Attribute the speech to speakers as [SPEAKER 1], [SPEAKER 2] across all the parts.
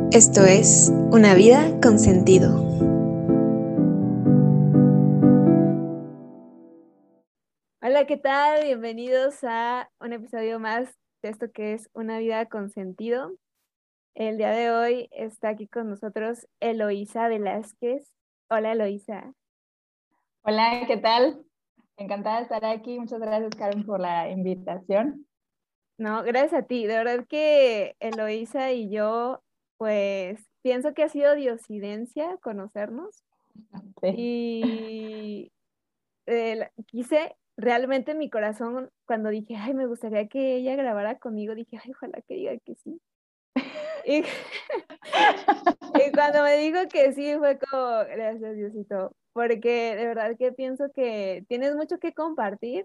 [SPEAKER 1] Esto es Una vida con sentido.
[SPEAKER 2] Hola, ¿qué tal? Bienvenidos a un episodio más de esto que es Una vida con sentido. El día de hoy está aquí con nosotros Eloísa Velázquez. Hola, Eloísa.
[SPEAKER 3] Hola, ¿qué tal? Encantada de estar aquí. Muchas gracias, Karen, por la invitación.
[SPEAKER 2] No, gracias a ti. De verdad que Eloísa y yo, pues, pienso que ha sido diosidencia conocernos
[SPEAKER 3] Sí.
[SPEAKER 2] y quise realmente en mi corazón, cuando dije, ay, me gustaría que ella grabara conmigo, dije, ay, ojalá que diga que sí. Y, y cuando me dijo que sí, fue como, gracias, Diosito, porque de verdad que pienso que tienes mucho que compartir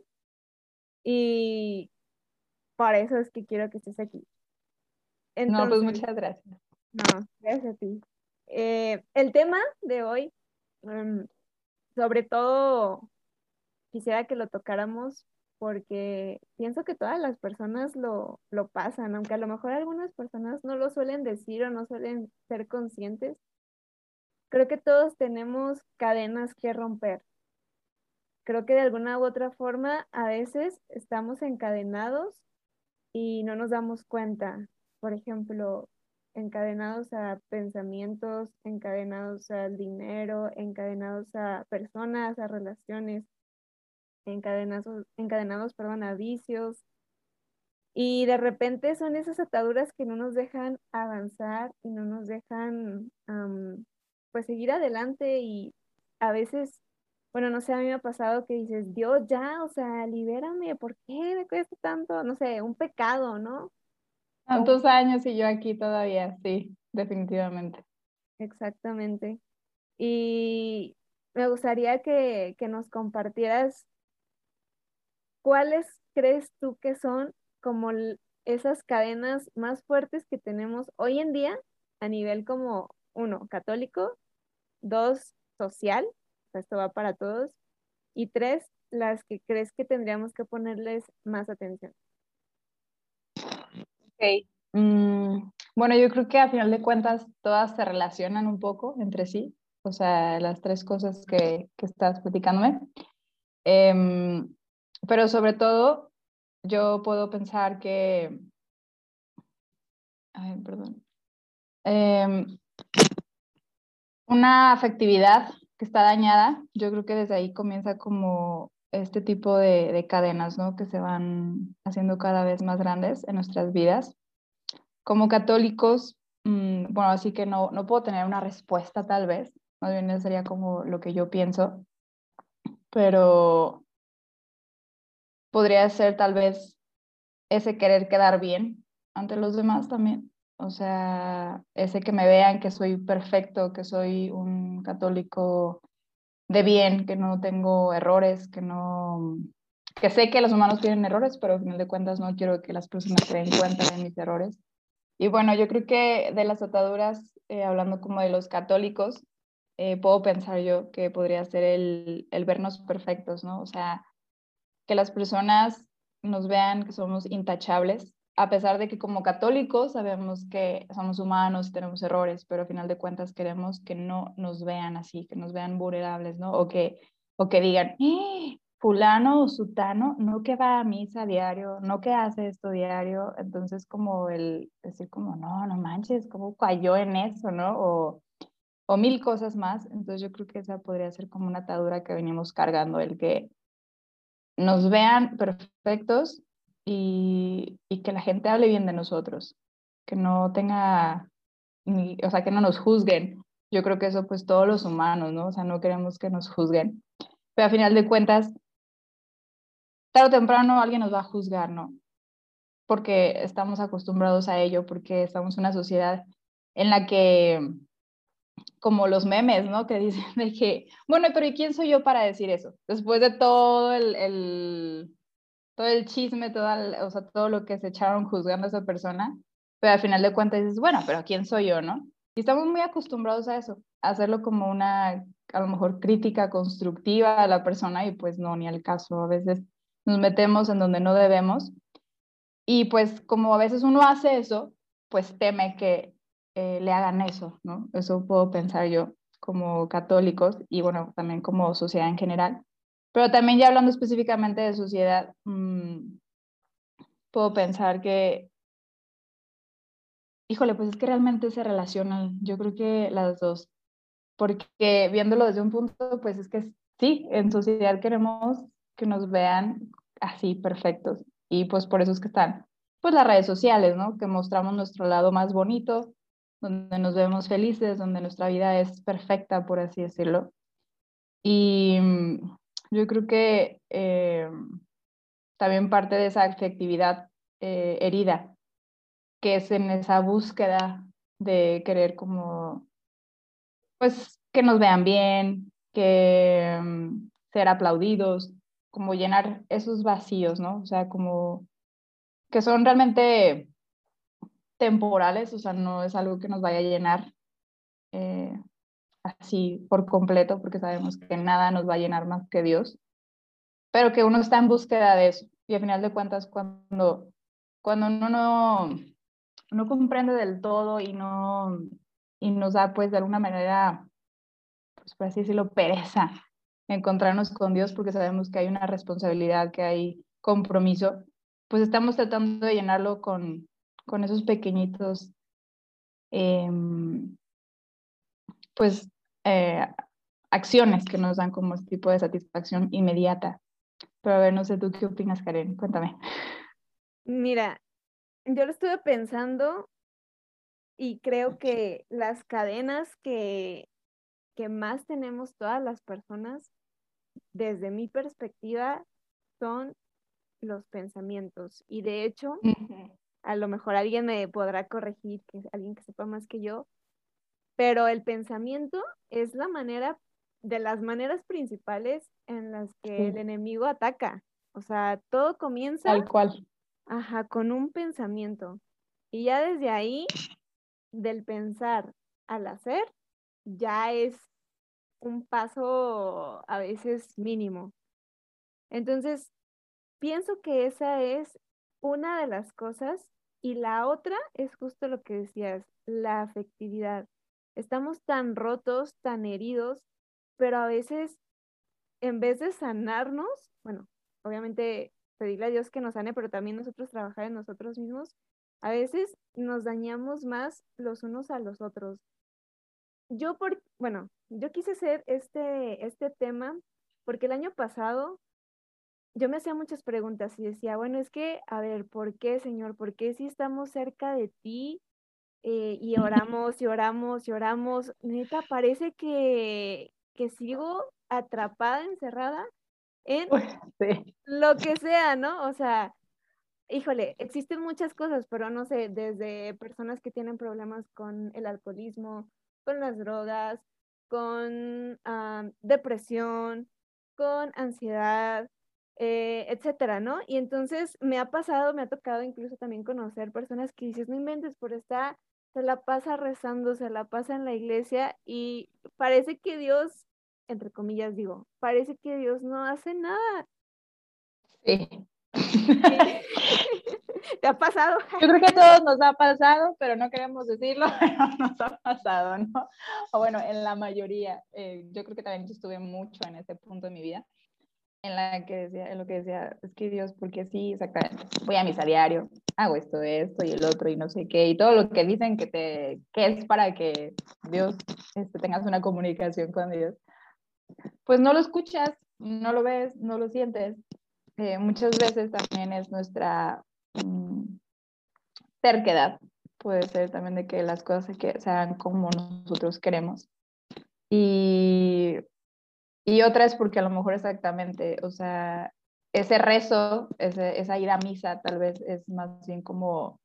[SPEAKER 2] y por eso es que quiero que estés aquí.
[SPEAKER 3] No, pues
[SPEAKER 2] Entonces,
[SPEAKER 3] muchas gracias.
[SPEAKER 2] no, gracias a ti. El tema de hoy, em, sobre todo, quisiera que lo tocáramos porque pienso que todas las personas lo pasan, aunque a lo mejor algunas personas no lo suelen decir o no suelen ser conscientes. Creo que todos tenemos cadenas que romper. Creo que de alguna u otra forma a veces estamos encadenados y no nos damos cuenta. Por ejemplo, encadenados a pensamientos, encadenados al dinero, encadenados a personas, a relaciones, encadenados, a vicios. Y de repente son esas ataduras que no nos dejan avanzar y no nos dejan pues seguir adelante y a veces, bueno, no sé, a mí me ha pasado que dices, Dios, ya, o sea, libérame, ¿por qué me cuesta tanto? No sé, un pecado, ¿no? O-
[SPEAKER 3] Tantos años y yo aquí todavía, sí, definitivamente.
[SPEAKER 2] exactamente. Y me gustaría que nos compartieras cuáles crees tú que son como esas cadenas más fuertes que tenemos hoy en día a nivel como, uno, católico, dos, social, o sea, esto va para todos, y tres, las que crees que tendríamos que ponerles más atención.
[SPEAKER 3] Ok. Bueno, yo creo que a final de cuentas todas se relacionan un poco entre sí, o sea, las tres cosas que estás platicándome. Em, pero sobre todo, yo puedo pensar que, ay, perdón. Em, Una afectividad que está dañada, yo creo que desde ahí comienza como este tipo de cadenas, ¿no? Que se van haciendo cada vez más grandes en nuestras vidas. Como católicos, bueno, así que no puedo tener una respuesta tal vez, más bien eso sería como lo que yo pienso, pero podría ser tal vez ese querer quedar bien ante los demás también. O sea, ese que me vean que soy perfecto, que soy un católico de bien, que no tengo errores, que sé que los humanos tienen errores, pero al final de cuentas no quiero que las personas se den cuenta de mis errores. Y bueno, yo creo que de las ataduras, hablando como de los católicos, puedo pensar yo que podría ser el vernos perfectos, ¿no? O sea, que las personas nos vean que somos intachables, a pesar de que como católicos sabemos que somos humanos y tenemos errores, pero al final de cuentas queremos que no nos vean así, que nos vean vulnerables, ¿no? O que digan, fulano o sutano, no que va a misa diario, no que hace esto diario, entonces como el decir como, no manches, ¿cómo cayó en eso, no? O mil cosas más, entonces yo creo que esa podría ser como una atadura que venimos cargando, el que nos vean perfectos y que la gente hable bien de nosotros, que no tenga, o sea, que no nos juzguen. Yo creo que eso pues todos los humanos, ¿no? O sea, no queremos que nos juzguen, pero a final de cuentas, tarde o temprano alguien nos va a juzgar, ¿no? Porque estamos acostumbrados a ello, porque estamos en una sociedad en la que, como los memes, ¿no? Que dicen de que, bueno, pero ¿y quién soy yo para decir eso? Después de todo el chisme, o sea, todo lo que se echaron juzgando a esa persona, pero al final de cuentas dices, bueno, pero ¿quién soy yo, no? Y estamos muy acostumbrados a eso, a hacerlo como una, a lo mejor, crítica constructiva a la persona y pues no, ni al caso. A veces nos metemos en donde no debemos y pues como a veces uno hace eso, pues teme le hagan eso, ¿no? Eso puedo pensar yo como católicos y bueno, también como sociedad en general. Pero también ya hablando específicamente de sociedad, puedo pensar que, híjole, pues es que realmente se relacionan, yo creo que las dos, porque viéndolo desde un punto, pues es que sí, en sociedad queremos que nos vean así perfectos y pues por eso es que están pues las redes sociales, ¿no? Que mostramos nuestro lado más bonito, donde nos vemos felices, donde nuestra vida es perfecta, por así decirlo. Y yo creo que también parte de esa afectividad herida, que es en esa búsqueda de querer como pues que nos vean bien, que ser aplaudidos, como llenar esos vacíos, ¿no? O sea, como que son realmente temporales, o sea, no es algo que nos vaya a llenar eh, así por completo, porque sabemos que nada nos va a llenar más que Dios, pero que uno está en búsqueda de eso. Y al final de cuentas, cuando uno no comprende del todo y nos da pues de alguna manera pues por así decirlo, pereza encontrarnos con Dios porque sabemos que hay una responsabilidad, que hay compromiso, pues estamos tratando de llenarlo con esos pequeñitos, eh, pues, eh, acciones que nos dan como este tipo de satisfacción inmediata. Pero a ver, no sé tú qué opinas, Karen, cuéntame.
[SPEAKER 2] Mira, yo lo estuve pensando y creo que las cadenas que más tenemos todas las personas, desde mi perspectiva, son los pensamientos. Y de hecho, a lo mejor alguien me podrá corregir, que es alguien que sepa más que yo, pero el pensamiento es la manera, de las maneras principales en las que el
[SPEAKER 3] Sí,
[SPEAKER 2] enemigo ataca. O sea, todo comienza,
[SPEAKER 3] tal cual.
[SPEAKER 2] ajá, con un pensamiento. Y ya desde ahí, del pensar al hacer, ya es un paso a veces mínimo. Entonces, pienso que esa es una de las cosas y la otra es justo lo que decías, la afectividad. Estamos tan rotos, tan heridos, pero a veces en vez de sanarnos, bueno, obviamente pedirle a Dios que nos sane, pero también nosotros trabajar en nosotros mismos, a veces nos dañamos más los unos a los otros. Bueno, yo quise hacer este tema porque el año pasado yo me hacía muchas preguntas y decía, bueno, es que, a ver, ¿por qué, Señor? ¿Por qué si estamos cerca de ti y oramos y oramos y oramos? Neta, parece que sigo atrapada, encerrada en
[SPEAKER 3] Sí.
[SPEAKER 2] lo que sea, ¿no? O sea, híjole, existen muchas cosas, pero no sé, desde personas que tienen problemas con el alcoholismo, con las drogas, con depresión, con ansiedad, etcétera, ¿no? Y entonces me ha pasado, me ha tocado incluso también conocer personas que dices, no inventes, por esta, se la pasa rezando, se la pasa en la iglesia y parece que Dios, entre comillas digo, parece que Dios no hace nada.
[SPEAKER 3] Sí.
[SPEAKER 2] ¿Te ha pasado?
[SPEAKER 3] Yo creo que a todos nos ha pasado, pero no queremos decirlo, pero nos ha pasado, ¿no? O bueno, en la mayoría. Yo creo que también yo estuve mucho en ese punto de mi vida, en lo que decía, es que Dios, porque sí, exactamente, voy a misa diario, hago esto y el otro y no sé qué, y todo lo que dicen que es para que Dios, tengas una comunicación con Dios, pues no lo escuchas, no lo ves, no lo sientes. Muchas veces también es nuestra terquedad, puede ser también de que las cosas se hagan como nosotros queremos. Y, y otra es porque a lo mejor exactamente, o sea, ese rezo, esa ida a misa tal vez es más bien como,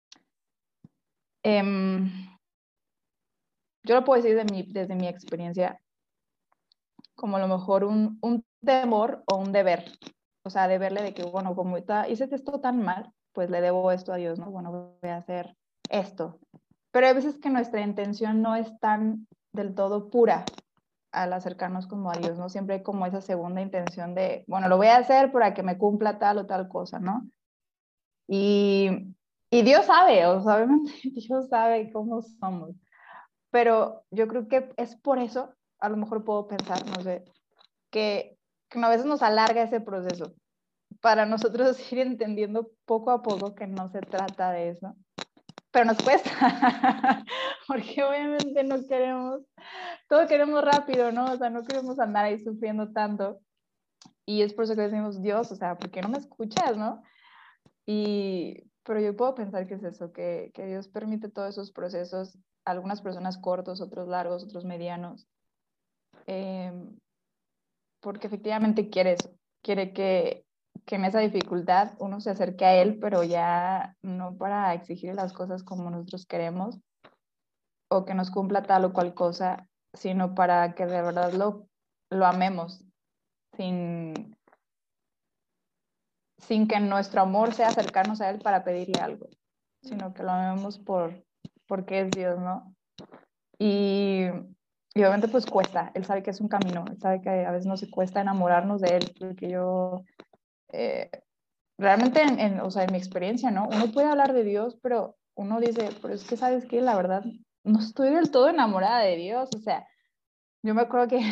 [SPEAKER 3] eh, yo lo puedo decir desde mi experiencia, como a lo mejor un temor o un deber, o sea, deberle de que, bueno, como hice esto tan mal, pues le debo esto a Dios, ¿no? Bueno, voy a hacer esto. Pero hay veces que nuestra intención no es tan del todo pura al acercarnos como a Dios, ¿no? Siempre hay como esa segunda intención de, bueno, lo voy a hacer para que me cumpla tal o tal cosa, ¿no? Y Y Dios sabe, o sea, obviamente Dios sabe cómo somos. Pero yo creo que es por eso, a lo mejor puedo pensar, no sé, que a veces nos alarga ese proceso para nosotros ir entendiendo poco a poco que no se trata de eso. Pero nos cuesta, porque obviamente no queremos, todo queremos rápido, ¿no? O sea, no queremos andar ahí sufriendo tanto. Y es por eso que decimos, Dios, o sea, ¿por qué no me escuchas, no? Pero yo puedo pensar que es eso, que Dios permite todos esos procesos, algunas personas cortos, otros largos, otros medianos, eh, porque efectivamente quiere eso, quiere que en esa dificultad uno se acerque a Él, pero ya no para exigir las cosas como nosotros queremos o que nos cumpla tal o cual cosa, sino para que de verdad lo amemos sin, sin que nuestro amor sea acercarnos a Él para pedirle algo, sino que lo amemos porque es Dios, ¿no? Y, y obviamente pues cuesta, Él sabe que es un camino, Él sabe que a veces nos cuesta enamorarnos de Él, porque yo eh, realmente, o sea, en mi experiencia, ¿no? Uno puede hablar de Dios, pero uno dice, pero es que, ¿sabes qué? La verdad, no estoy del todo enamorada de Dios, o sea, yo me acuerdo que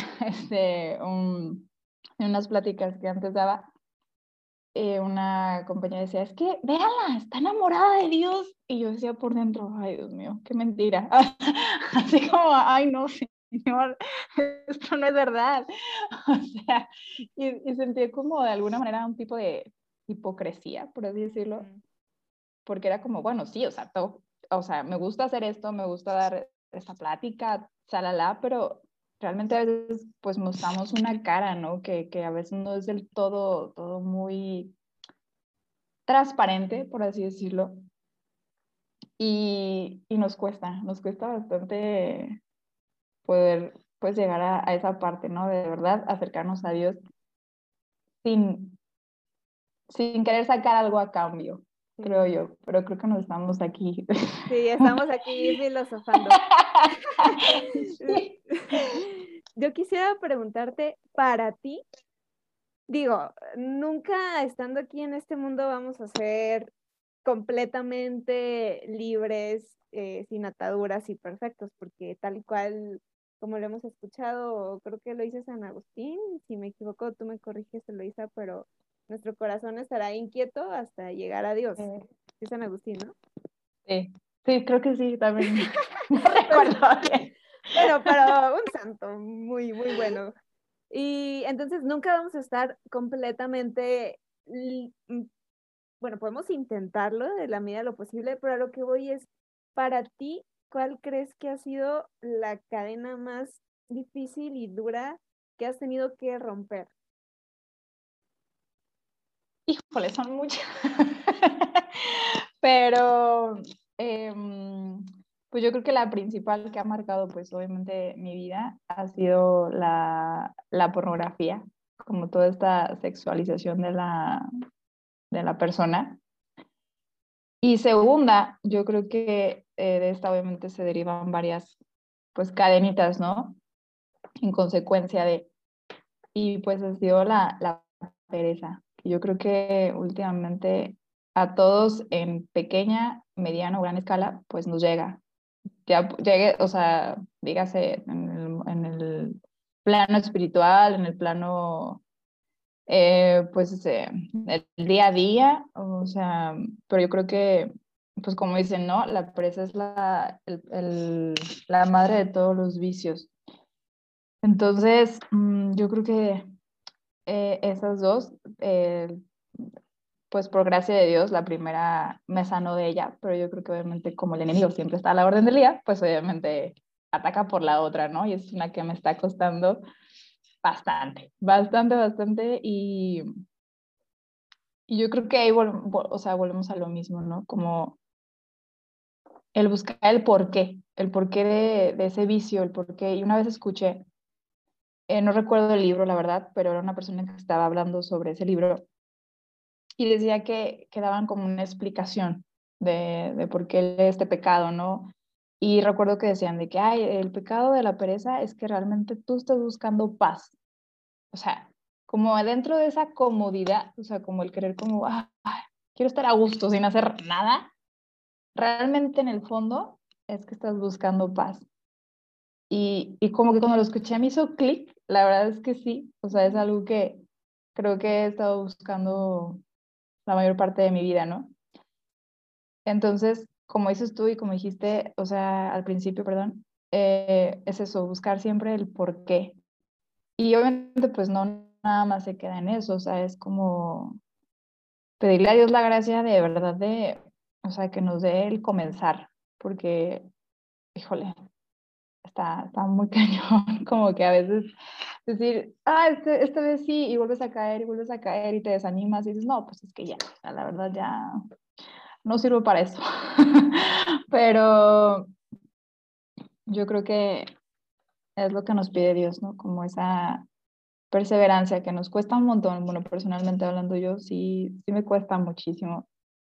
[SPEAKER 3] en unas pláticas que antes daba, una compañera decía, es que, véala, está enamorada de Dios. Y yo decía por dentro, ay, Dios mío, qué mentira. Así como, ay, no, Señor, esto no es verdad. O sea, y sentí como de alguna manera un tipo de hipocresía, por así decirlo, porque era como, bueno, sí, o sea, o sea, me gusta hacer esto, me gusta dar esta plática, chalala, pero realmente a veces pues mostramos una cara, ¿no? Que a veces no es del todo muy transparente, por así decirlo, y nos cuesta bastante poder pues llegar a esa parte, ¿no? De verdad acercarnos a Dios sin, sin querer sacar algo a cambio, creo
[SPEAKER 2] Sí,
[SPEAKER 3] yo, pero creo que nos estamos aquí.
[SPEAKER 2] sí, estamos aquí filosofando.
[SPEAKER 3] Sí.
[SPEAKER 2] Yo quisiera preguntarte, para ti, digo, nunca estando aquí en este mundo vamos a ser completamente libres, sin ataduras y perfectos, porque tal y cual, como lo hemos escuchado, creo que lo dice San Agustín, si me equivoco, tú me corriges, Eloisa, pero nuestro corazón estará inquieto hasta llegar a Dios. Sí, San Agustín, ¿no?
[SPEAKER 3] Sí, sí, creo que sí, también. No recuerdo bien.
[SPEAKER 2] Bueno, pero un santo muy, muy bueno. Y entonces nunca vamos a estar completamente, bueno, podemos intentarlo de la medida de lo posible, pero a lo que voy es, para ti, ¿cuál crees que ha sido la cadena más difícil y dura que has tenido que romper?
[SPEAKER 3] Híjole, son muchas. Pero, pues yo creo que la principal que ha marcado, pues obviamente mi vida, ha sido la pornografía, como toda esta sexualización de la persona. Y segunda, yo creo que de esta obviamente se derivan varias, pues cadenitas, ¿no? En consecuencia de, y pues ha sido la pereza. Yo creo que últimamente a todos en pequeña, mediana o gran escala, pues nos llega. Ya llegue, o sea, dígase en el plano espiritual, en el plano, pues, el día a día, o sea, pero yo creo que, pues como dicen, ¿no? La pereza es la madre de todos los vicios. Entonces, yo creo que esas dos, pues por gracia de Dios, la primera me sanó de ella, pero yo creo que obviamente como el enemigo siempre está a la orden del día, pues obviamente ataca por la otra, ¿no? Y es una que me está costando bastante, y yo creo que ahí o sea, volvemos a lo mismo, ¿no? Como el buscar el porqué de ese vicio, el porqué, y una vez escuché, no recuerdo el libro, la verdad, pero era una persona que estaba hablando sobre ese libro y decía que daban como una explicación de por qué este pecado, ¿no? Y recuerdo que decían de que, ay, el pecado de la pereza es que realmente tú estás buscando paz. O sea, como dentro de esa comodidad, o sea, como el querer como, quiero estar a gusto sin hacer nada, realmente en el fondo es que estás buscando paz. Y como que cuando lo escuché me hizo clic, la verdad es que sí, o sea, es algo que creo que he estado buscando la mayor parte de mi vida, ¿no? Entonces, como dices tú y como dijiste, o sea, al principio, perdón, es eso, buscar siempre el por qué. Y obviamente, pues no nada más se queda en eso, o sea, es como pedirle a Dios la gracia de verdad de, o sea, que nos dé el comenzar, porque, híjole, está muy cañón, como que a veces decir, esta vez sí, y vuelves a caer y te desanimas y dices, no, pues es que ya, la verdad ya no sirvo para eso. Pero yo creo que es lo que nos pide Dios, ¿no? Como esa perseverancia que nos cuesta un montón. Bueno, personalmente hablando yo, sí me cuesta muchísimo.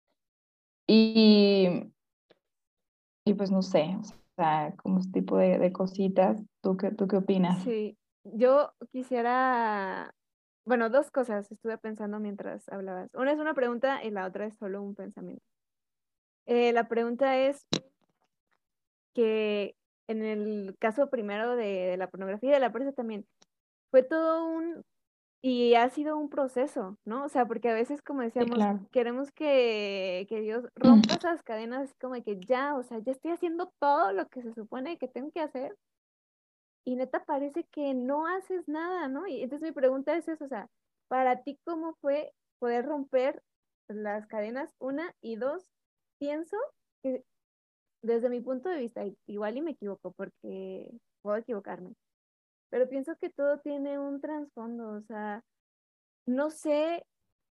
[SPEAKER 3] Y, y pues no sé, o sea, como este tipo de cositas, ¿tú qué opinas?
[SPEAKER 2] Sí, yo quisiera, bueno, dos cosas estuve pensando mientras hablabas. Una es una pregunta y la otra es solo un pensamiento. La pregunta es que en el caso primero de la pornografía y de la prensa también, fue todo y ha sido un proceso, ¿no? O sea, porque a veces, como
[SPEAKER 3] Sí,
[SPEAKER 2] decíamos,
[SPEAKER 3] claro.
[SPEAKER 2] queremos que Dios rompa esas cadenas, así como de que ya, o sea, ya estoy haciendo todo lo que se supone que tengo que hacer y neta parece que no haces nada, ¿no? Y entonces mi pregunta es eso, o sea, para ti, ¿cómo fue poder romper las cadenas? Una y dos, pienso que desde mi punto de vista, igual y me equivoco porque puedo equivocarme, pero pienso que todo tiene un trasfondo, o sea, no sé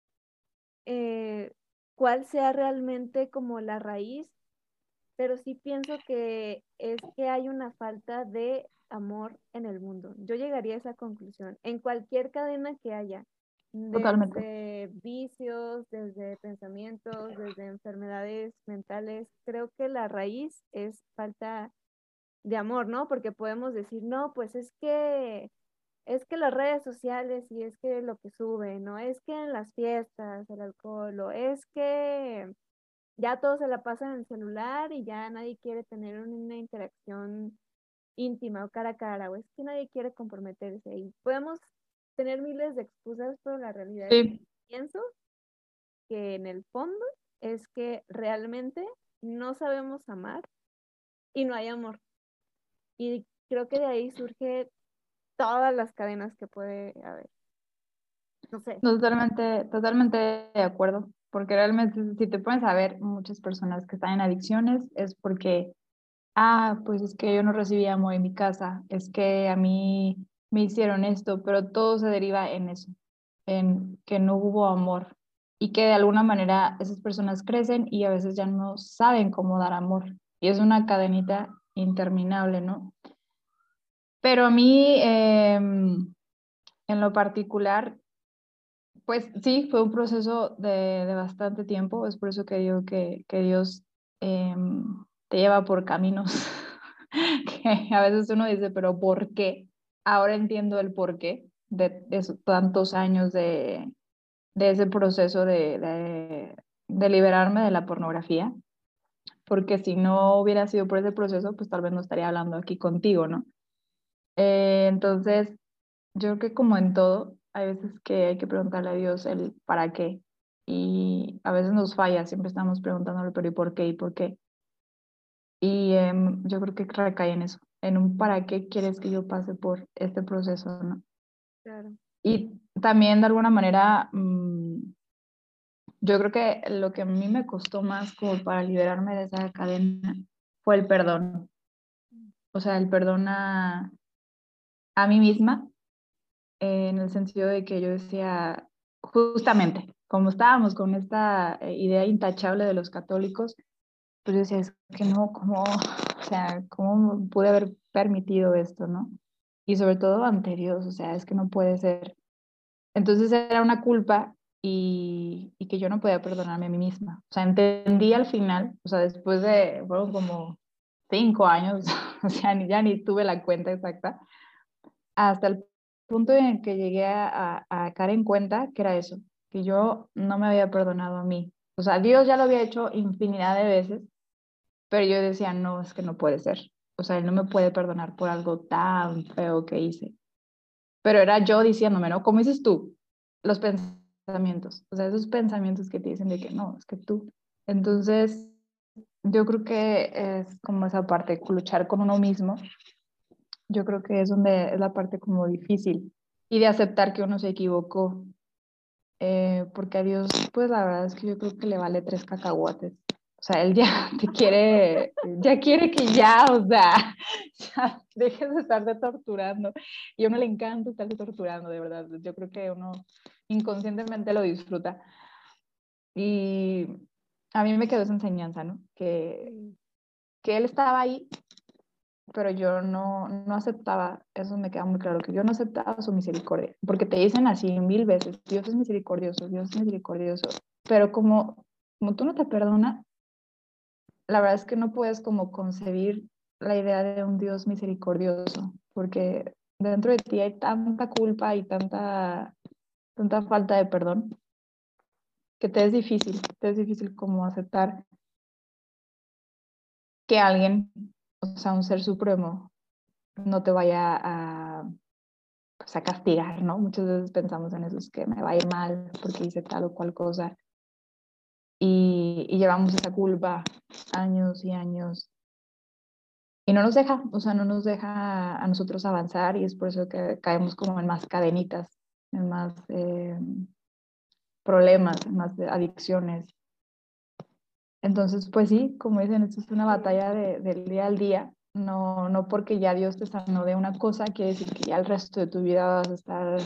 [SPEAKER 2] cuál sea realmente como la raíz, pero sí pienso que es que hay una falta de amor en el mundo. Yo llegaría a esa conclusión. En cualquier cadena que haya,
[SPEAKER 3] Totalmente.
[SPEAKER 2] desde vicios, desde pensamientos, desde enfermedades mentales, creo que la raíz es falta de amor, ¿no? Porque podemos decir, no, pues es que las redes sociales y es que lo que sube, ¿no? Es que en las fiestas, el alcohol, o es que ya todos se la pasan en el celular y ya nadie quiere tener una interacción íntima o cara a cara, o es que nadie quiere comprometerse. Y podemos tener miles de excusas, pero la realidad es,
[SPEAKER 3] Sí,
[SPEAKER 2] pienso que en el fondo es que realmente no sabemos amar y no hay amor. Y creo que de ahí surge todas las cadenas que puede haber. No sé.
[SPEAKER 3] totalmente de acuerdo, porque realmente si te pones a ver muchas personas que están en adicciones es porque, pues es que yo no recibí amor en mi casa, es que a mí me hicieron esto, pero todo se deriva en eso, en que no hubo amor y que de alguna manera esas personas crecen y a veces ya no saben cómo dar amor y es una cadenita interminable, ¿no? Pero a mí, en lo particular, pues sí, fue un proceso de bastante tiempo, es por eso que digo que Dios te lleva por caminos que a veces uno dice, pero ¿por qué? Ahora entiendo el porqué de esos tantos años de ese proceso de liberarme de la pornografía, porque si no hubiera sido por ese proceso, pues tal vez no estaría hablando aquí contigo, ¿no? Entonces, yo creo que como en todo, hay veces que hay que preguntarle a Dios el para qué. Y a veces nos falla, siempre estamos preguntándole, pero ¿y por qué? ¿Y por qué? Y yo creo que recae en eso, en un para qué quieres que yo pase por este proceso, ¿no?
[SPEAKER 2] Claro.
[SPEAKER 3] Y también de alguna manera, yo creo que lo que a mí me costó más como para liberarme de esa cadena fue el perdón. O sea, el perdón a mí misma en el sentido de que yo decía, justamente, como estábamos con esta idea intachable de los católicos, pues yo decía, es que no, ¿cómo, o sea, cómo pude haber permitido esto, ¿no? Y sobre todo ante Dios, o sea, es que no puede ser. Entonces era una culpa y que yo no podía perdonarme a mí misma. O sea, entendí al final, o sea, después fueron como 5 años, o sea, ya ni tuve la cuenta exacta, hasta el punto en que llegué a caer en cuenta que era eso, que yo no me había perdonado a mí. O sea, Dios ya lo había hecho infinidad de veces, pero yo decía, no, es que no puede ser. O sea, él no me puede perdonar por algo tan feo que hice. Pero era yo diciéndome, ¿no? Como dices tú, los pensamientos, o sea, esos pensamientos que te dicen de que no, es que tú. Entonces, yo creo que es como esa parte, luchar con uno mismo, yo creo que es donde es la parte como difícil y de aceptar que uno se equivocó, porque a Dios, pues la verdad es que yo creo que le vale tres cacahuates. O sea, él ya te quiere, ya quiere que ya, o sea, ya dejes de estarte torturando. Y a uno le encanta estarse torturando, de verdad. Yo creo que uno inconscientemente lo disfruta. Y a mí me quedó esa enseñanza, ¿no? Que él estaba ahí, pero yo no aceptaba, eso me queda muy claro, que yo no aceptaba su misericordia, porque te dicen así 1000 veces, Dios es misericordioso, pero como tú no te perdonas, la verdad es que no puedes como concebir la idea de un Dios misericordioso, porque dentro de ti hay tanta culpa y tanta falta de perdón, que te es difícil como aceptar que alguien, o sea, un ser supremo, no te vaya pues, a castigar, ¿no? Muchas veces pensamos en eso, es que me va a ir mal porque hice tal o cual cosa y llevamos esa culpa años y años y no nos deja, o sea, no nos deja a nosotros avanzar y es por eso que caemos como en más cadenitas, en más problemas, en más adicciones. Entonces, pues sí, como dicen, esto es una batalla del día al día. No porque ya Dios te sanó de una cosa, quiere decir que ya el resto de tu vida vas a estar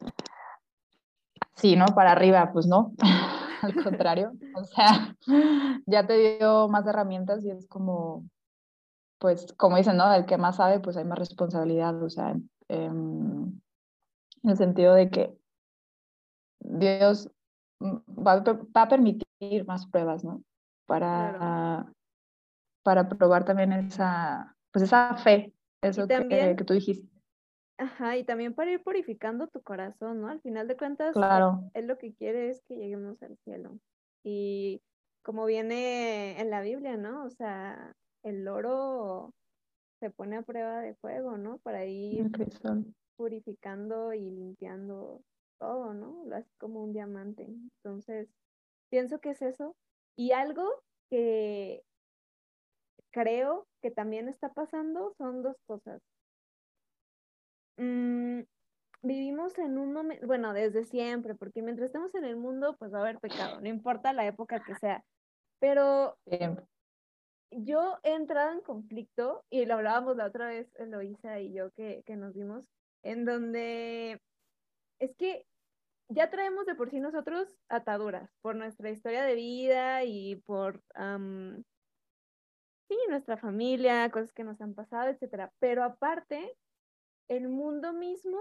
[SPEAKER 3] sí, ¿no? Para arriba, pues no, al contrario, o sea, ya te dio más herramientas y es como, pues, como dicen, ¿no? El que más sabe, pues hay más responsabilidad, o sea, en el sentido de que Dios va a permitir más pruebas, ¿no?
[SPEAKER 2] Claro.
[SPEAKER 3] Para, para probar también pues esa fe,
[SPEAKER 2] Y
[SPEAKER 3] eso
[SPEAKER 2] también,
[SPEAKER 3] que tú dijiste.
[SPEAKER 2] ajá, y también para ir purificando tu corazón, ¿no? Al final de cuentas,
[SPEAKER 3] Claro,
[SPEAKER 2] él lo que quiere es que lleguemos al cielo. Y como viene en la Biblia, ¿no? O sea, el oro se pone a prueba de fuego, ¿no? Para ir
[SPEAKER 3] el cristal.
[SPEAKER 2] purificando y limpiando todo, ¿no? Lo hace como un diamante. Entonces, pienso que es eso. Y algo que creo que también está pasando son dos cosas. Mm, vivimos en un momento, bueno, desde siempre, porque mientras estemos en el mundo, pues va a haber pecado, no importa la época que sea. Pero
[SPEAKER 3] Siempre.
[SPEAKER 2] yo he entrado en conflicto, y lo hablábamos la otra vez, Eloisa y yo, que nos vimos, en donde es que ya traemos de por sí nosotros ataduras por nuestra historia de vida y por, sí, nuestra familia, cosas que nos han pasado, etcétera. Pero aparte, el mundo mismo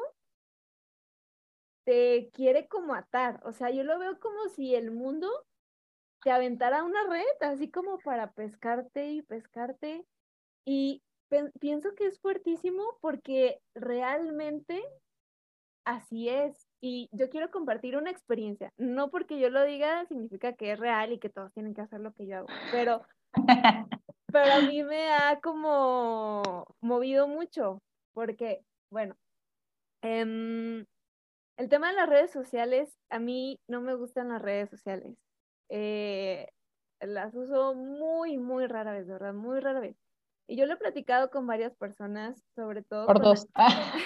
[SPEAKER 2] te quiere como atar. O sea, yo lo veo como si el mundo te aventara una red, así como para pescarte y pescarte. Y pienso que es fuertísimo porque realmente así es. Y yo quiero compartir una experiencia. No porque yo lo diga significa que es real y que todos tienen que hacer lo que yo hago, pero a mí me ha como movido mucho porque, bueno, em, el tema de las redes sociales, a mí no me gustan las redes sociales. Eh, las uso muy, muy rara vez, de verdad, muy rara vez. Y yo lo he platicado con varias personas, sobre todo
[SPEAKER 3] Por
[SPEAKER 2] con
[SPEAKER 3] dos.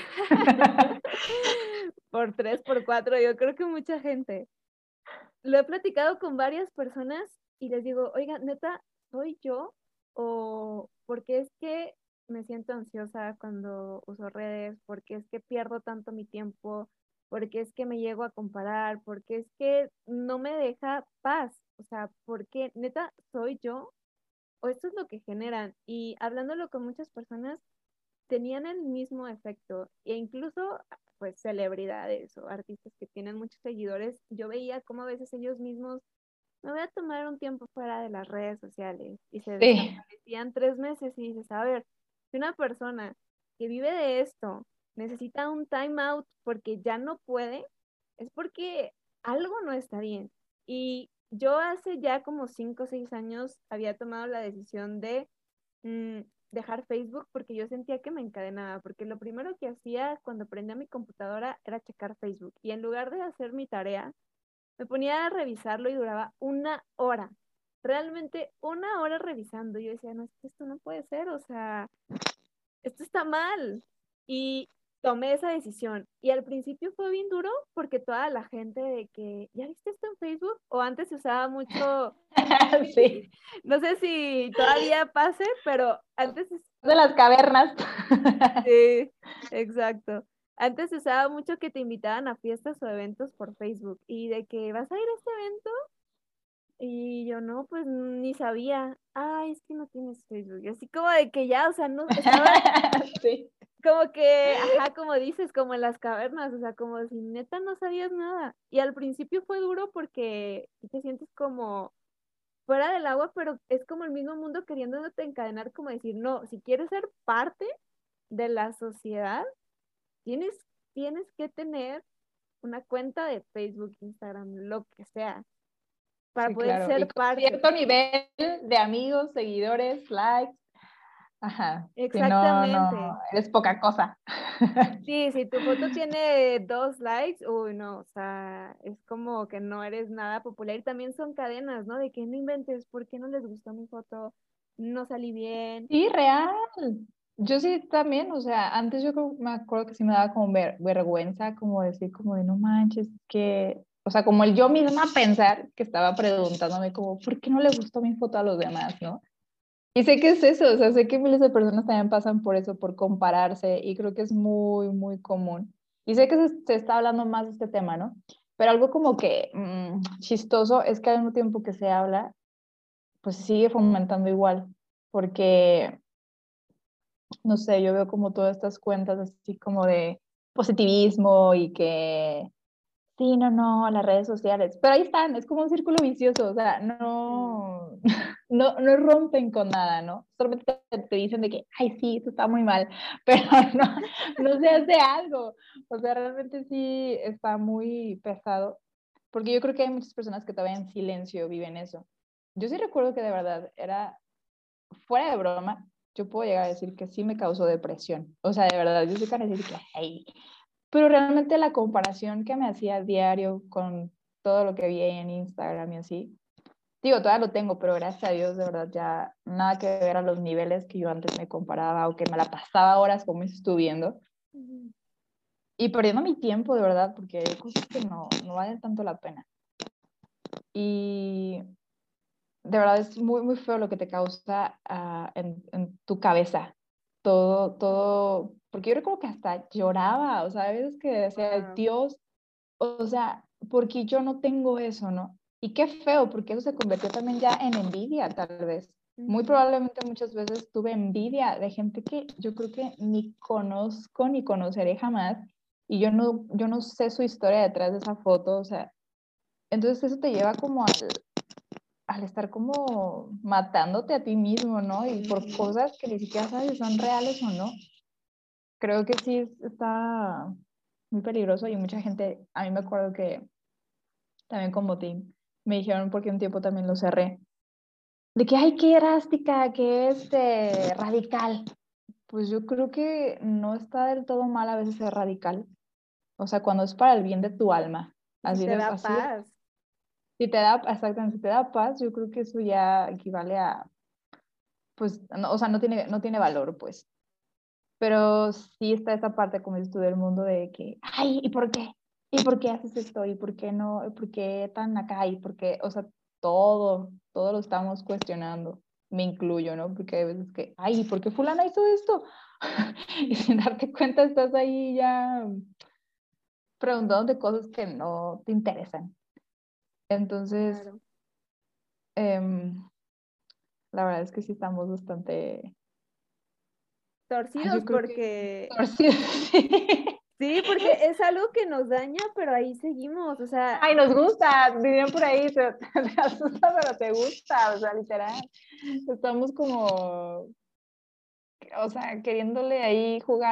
[SPEAKER 2] por tres, por cuatro, yo creo que mucha gente. Lo he platicado con varias personas y les digo, oiga, neta, ¿soy yo? ¿O porque es que me siento ansiosa cuando uso redes? ¿Porque es que pierdo tanto mi tiempo? ¿Porque es que me llego a comparar? ¿Porque es que no me deja paz? O sea, ¿porque neta soy yo? ¿O esto es lo que generan? Y hablándolo con muchas personas, tenían el mismo efecto e incluso pues celebridades o artistas que tienen muchos seguidores, yo veía cómo a veces ellos mismos me voy a tomar un tiempo fuera de las redes sociales y se
[SPEAKER 3] Sí.
[SPEAKER 2] desaparecían 3 meses y dices, a ver, si una persona que vive de esto necesita un time out porque ya no puede, es porque algo no está bien. Y yo hace ya como 5 o 6 años había tomado la decisión de mm, dejar Facebook porque yo sentía que me encadenaba, porque lo primero que hacía cuando prendía mi computadora era checar Facebook y en lugar de hacer mi tarea, me ponía a revisarlo y duraba 1 hora, realmente 1 hora revisando. Yo decía, no, es que esto no puede ser, o sea, esto está mal. Y tomé esa decisión. Y al principio fue bien duro porque toda la gente de que, ¿ya viste esto en Facebook? O antes se usaba mucho,
[SPEAKER 3] Sí,
[SPEAKER 2] no sé si todavía pase, pero antes,
[SPEAKER 3] de las cavernas.
[SPEAKER 2] sí, exacto. Antes se usaba mucho que te invitaban a fiestas o eventos por Facebook y de que vas a ir a este evento y yo no, pues ni sabía. Ay, es que no tienes Facebook. Y así como de que ya, o sea, no, estaba
[SPEAKER 3] Sí.
[SPEAKER 2] como que, ajá, como dices, como en las cavernas, o sea, como si neta no sabías nada. Y al principio fue duro porque sí te sientes como fuera del agua, pero es como el mismo mundo queriéndote encadenar, como decir, no, si quieres ser parte de la sociedad, tienes, tienes que tener una cuenta de Facebook, Instagram, lo que sea, para
[SPEAKER 3] Sí,
[SPEAKER 2] poder
[SPEAKER 3] claro. Y
[SPEAKER 2] ser
[SPEAKER 3] con
[SPEAKER 2] parte.
[SPEAKER 3] cierto nivel de amigos, seguidores, likes. Ajá. Si no, no,
[SPEAKER 2] Exactamente.
[SPEAKER 3] eres poca cosa.
[SPEAKER 2] Sí, si tu foto tiene 2 likes, uy, no, o sea, es como que no eres nada popular. Y también son cadenas, ¿no? De que no inventes, ¿por qué no les gustó mi foto? No salí bien.
[SPEAKER 3] Sí, real. Yo sí también, o sea, antes me acuerdo que sí me daba como vergüenza, como decir, como de no manches, que, o sea, como el yo misma pensar que estaba preguntándome como, ¿por qué no le gustó mi foto a los demás, no? Y sé que es eso, o sea, sé que miles de personas también pasan por eso, por compararse, y creo que es muy, muy común. Y sé que se está hablando más de este tema, ¿no? Pero algo como que chistoso es que al mismo tiempo que se habla, pues se sigue fomentando igual, porque no sé, yo veo como todas estas cuentas así como de positivismo y que sí, no, no, las redes sociales, pero ahí están, es como un círculo vicioso, o sea,
[SPEAKER 2] Sí.
[SPEAKER 3] no, no rompen con nada, ¿no? Solamente te dicen de que, ay, sí, eso está muy mal, pero no se hace algo, o sea, realmente sí está muy pesado, porque yo creo que hay muchas personas que todavía en silencio viven eso. Yo sí recuerdo que de verdad era fuera de broma, yo puedo llegar a decir que sí me causó depresión. O sea, de verdad, yo soy capaz de decir que, ay, pero realmente la comparación que me hacía a diario con todo lo que vi en Instagram y así, digo, todavía lo tengo, pero gracias a Dios, de verdad, ya nada que ver a los niveles que yo antes me comparaba o que me la pasaba horas como estudiando
[SPEAKER 2] Ujú.
[SPEAKER 3] y perdiendo mi tiempo, de verdad, porque hay cosas que no valen tanto la pena. Y de verdad es muy, muy feo lo que te causa en tu cabeza. Todo, porque yo recuerdo que hasta lloraba, o sea, a veces que decía,
[SPEAKER 2] Wow.
[SPEAKER 3] Dios, o sea, porque yo no tengo eso, ¿no? Y qué feo, porque eso se convirtió también ya en envidia, tal vez. Muy
[SPEAKER 2] Ujú.
[SPEAKER 3] probablemente muchas veces tuve envidia de gente que yo creo que ni conozco ni conoceré jamás, y yo no sé su historia detrás de esa foto, o sea, entonces eso te lleva como al estar como matándote a ti mismo, ¿no? Y por
[SPEAKER 2] Ujú.
[SPEAKER 3] cosas que ni siquiera sabes si son reales o no. Creo que sí está muy peligroso y mucha gente, a mí me acuerdo que también como team, me dijeron porque un tiempo también lo cerré, de que, ay, qué drástica, que radical. Pues yo creo que no está del todo mal a veces ser radical. O sea, cuando es para el bien de tu alma.
[SPEAKER 2] Y si te da
[SPEAKER 3] Así de,
[SPEAKER 2] paz.
[SPEAKER 3] si te da, exactamente, si te da paz, yo creo que eso ya equivale a, pues, no, o sea, no tiene valor, pues. Pero sí está esa parte, como dices tú, del mundo de que, ay, ¿y por qué? ¿Y por qué haces esto? ¿Y por qué no? ¿Y por qué tan acá? ¿Y por qué? O sea, todo lo estamos cuestionando. Me incluyo, ¿no? Porque hay veces que, ay, ¿y por qué fulana hizo esto? Y sin darte cuenta estás ahí ya preguntando de cosas que no te interesan. Entonces,
[SPEAKER 2] Claro.
[SPEAKER 3] em, la verdad es que sí estamos bastante, ay,
[SPEAKER 2] Torcidos
[SPEAKER 3] yo creo que
[SPEAKER 2] porque,
[SPEAKER 3] torcidos.
[SPEAKER 2] sí, porque es algo que nos daña, pero ahí seguimos, o sea,
[SPEAKER 3] Ay, nos gusta, dirían por ahí, te asusta, pero te gusta, o sea, literal. Estamos como, o sea, queriéndole ahí jugar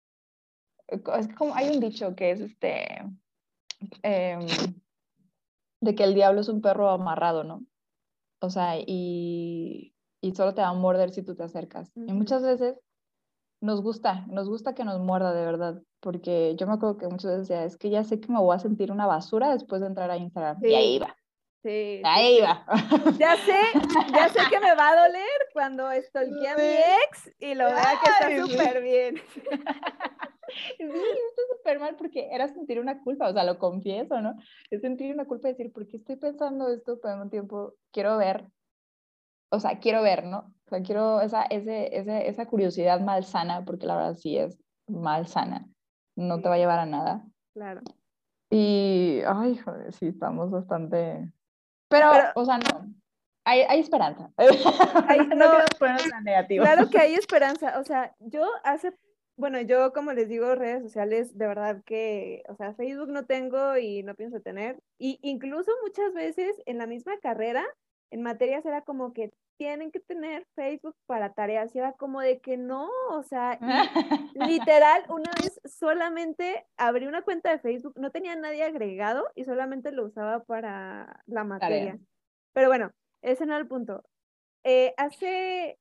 [SPEAKER 3] es que como hay un dicho que es em, de que el diablo es un perro amarrado, ¿no? O sea, y solo te va a morder si tú te acercas. Y
[SPEAKER 2] Ujú.
[SPEAKER 3] muchas veces nos gusta que nos muerda de verdad, porque yo me acuerdo que muchas veces decía, es que ya sé que me voy a sentir una basura después de entrar a Instagram. Y ahí
[SPEAKER 2] Sí,
[SPEAKER 3] va,
[SPEAKER 2] sí, sí,
[SPEAKER 3] ahí
[SPEAKER 2] sí.
[SPEAKER 3] va.
[SPEAKER 2] Ya sé, ya sé que me va a doler cuando stalkee a mi
[SPEAKER 3] Sí.
[SPEAKER 2] ex y lo vea que está
[SPEAKER 3] Ay, sí.
[SPEAKER 2] súper bien.
[SPEAKER 3] Sí, esto es súper mal porque era sentir una culpa, o sea, lo confieso, ¿no? Es sentir una culpa de decir, ¿por qué estoy pensando esto? Pero al mismo tiempo quiero ver, o sea, quiero ver, ¿no? O sea, quiero esa curiosidad malsana, porque la verdad sí es malsana, no te va a
[SPEAKER 2] Sí,
[SPEAKER 3] llevar a nada.
[SPEAKER 2] claro.
[SPEAKER 3] Y, ay, joder, sí, estamos bastante...
[SPEAKER 2] Pero
[SPEAKER 3] Pero, o sea, no, hay esperanza. No
[SPEAKER 2] no,
[SPEAKER 3] queremos ponernos tan negativos.
[SPEAKER 2] claro que hay esperanza. O sea, bueno, yo como les digo, redes sociales, de verdad que, o sea, Facebook no tengo y no pienso tener. Y incluso muchas veces en la misma carrera, en materias era como que tienen que tener Facebook para tareas. Y era como de que no, o sea, y literal, una vez solamente abrí una cuenta de Facebook, no tenía nadie agregado y solamente lo usaba para la
[SPEAKER 3] Tarea.
[SPEAKER 2] materia. Pero bueno, ese no era el punto. Hace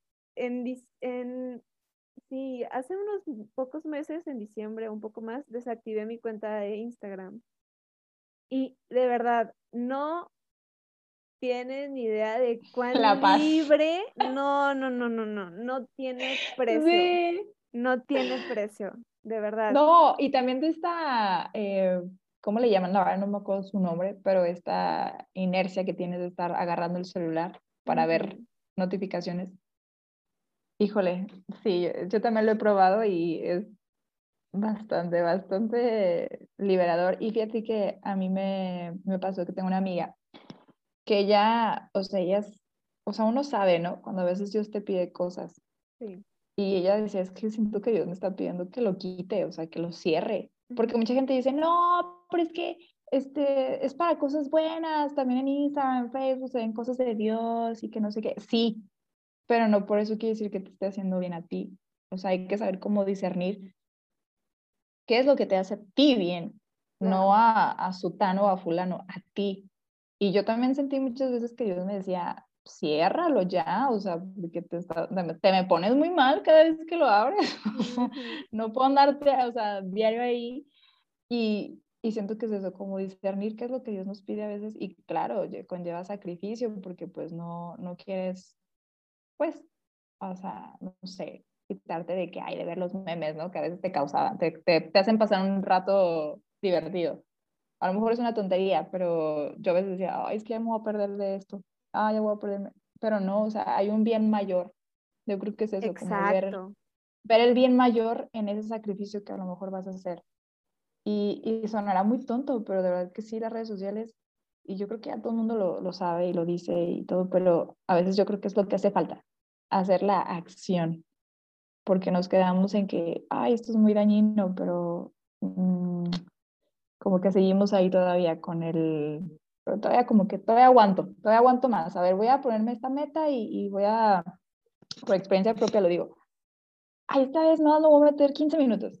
[SPEAKER 2] sí, hace unos pocos meses, en diciembre, un poco más, desactivé mi cuenta de Instagram. Y de verdad, no tienes ni idea de
[SPEAKER 3] La
[SPEAKER 2] cuán
[SPEAKER 3] paz.
[SPEAKER 2] libre, no, no, no, no, no, no tiene precio,
[SPEAKER 3] Sí.
[SPEAKER 2] no tiene precio, de verdad.
[SPEAKER 3] No, y también de esta, ¿cómo le llaman? La verdad no me acuerdo su nombre, pero esta inercia que tienes de estar agarrando el celular para ver
[SPEAKER 2] Ujú.
[SPEAKER 3] notificaciones. Híjole, sí, yo también lo he probado y es bastante liberador. Y fíjate que a mí me pasó que tengo una amiga que ella, o sea, o sea, uno sabe, ¿no? Cuando a veces Dios te pide cosas.
[SPEAKER 2] Sí.
[SPEAKER 3] Y ella decía, es que siento que Dios me está pidiendo que lo quite, o sea, que lo cierre. Porque
[SPEAKER 2] Ujú.
[SPEAKER 3] mucha gente dice, no, pero es que es para cosas buenas, también en Instagram, en Facebook se ven cosas de Dios y que no sé qué. Sí, pero no por eso quiere decir que te esté haciendo bien a ti. O sea, hay que saber cómo discernir qué es lo que te hace a ti bien,
[SPEAKER 2] Claro.
[SPEAKER 3] no a sutano o a fulano, a ti. Y yo también sentí muchas veces que Dios me decía, ciérralo ya, o sea, porque te me pones muy mal cada vez que lo abres. O sea,
[SPEAKER 2] Ujú.
[SPEAKER 3] no puedo andarte, o sea, diario ahí. Y siento que es eso, como discernir qué es lo que Dios nos pide a veces. Y claro, conlleva sacrificio porque pues no quieres, pues, o sea, no sé, quitarte de que hay de ver los memes, ¿no? Que a veces te causaban, te hacen pasar un rato divertido. A lo mejor es una tontería, pero yo a veces decía, ay, es que ya me voy a perder de esto, ah, ya voy a perderme. Pero no, o sea, hay un bien mayor. Yo creo que es eso, como
[SPEAKER 2] Exacto.
[SPEAKER 3] ver el bien mayor en ese sacrificio que a lo mejor vas a hacer. Y sonará muy tonto, pero de verdad que sí, las redes sociales, y yo creo que ya todo el mundo lo sabe y lo dice y todo, pero a veces yo creo que es lo que hace falta, hacer la acción, porque nos quedamos en que, ay, esto es muy dañino, pero como que seguimos ahí todavía con pero todavía como que todavía aguanto más. A ver, voy a ponerme esta meta y voy a, por experiencia propia lo digo, ay, esta vez nada, no voy a meter 15 minutos.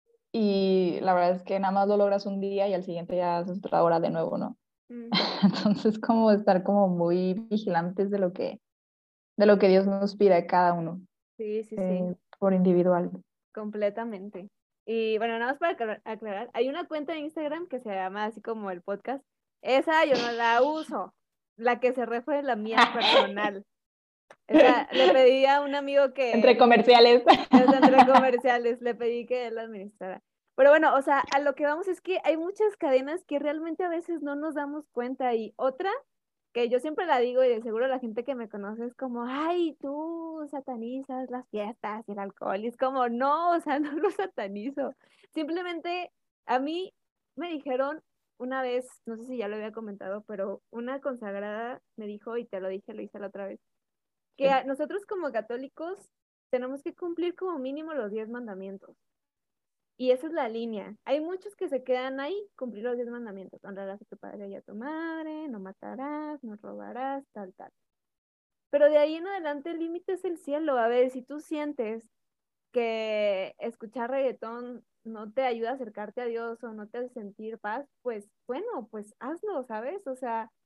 [SPEAKER 3] Y la verdad es que nada más lo logras un día y al siguiente ya es otra hora de nuevo, ¿no?
[SPEAKER 2] Ujú.
[SPEAKER 3] Entonces, como estar como muy vigilantes de lo que Dios nos pide a cada uno
[SPEAKER 2] Sí, sí, sí.
[SPEAKER 3] por individual.
[SPEAKER 2] Completamente. Y bueno, nada más para aclarar, hay una cuenta de Instagram que se llama así como el podcast. Esa yo no la uso. La que se fue la mía personal. Esa le pedí a un amigo
[SPEAKER 3] Entre
[SPEAKER 2] que,
[SPEAKER 3] comerciales.
[SPEAKER 2] es entre comerciales, le pedí que él la administrara. Pero bueno, o sea, a lo que vamos es que hay muchas cadenas que realmente a veces no nos damos cuenta. Y otra que yo siempre la digo y de seguro la gente que me conoce es como, ay, tú satanizas las fiestas y el alcohol. Y es como, no, o sea, no lo satanizo. Simplemente a mí me dijeron una vez, no sé si ya lo había comentado, pero una consagrada me dijo, y te lo dije, lo hice la otra vez, que nosotros como católicos tenemos que cumplir como mínimo los 10 mandamientos. Y esa es la línea. Hay muchos que se quedan ahí, cumplir los 10 mandamientos. Honrarás a tu padre y a tu madre, no matarás, no robarás, tal, tal. Pero de ahí en adelante el límite es el cielo. A ver, si tú sientes que escuchar reggaetón no te ayuda a acercarte a Dios o no te hace sentir paz, pues bueno, pues hazlo, ¿sabes? O sea,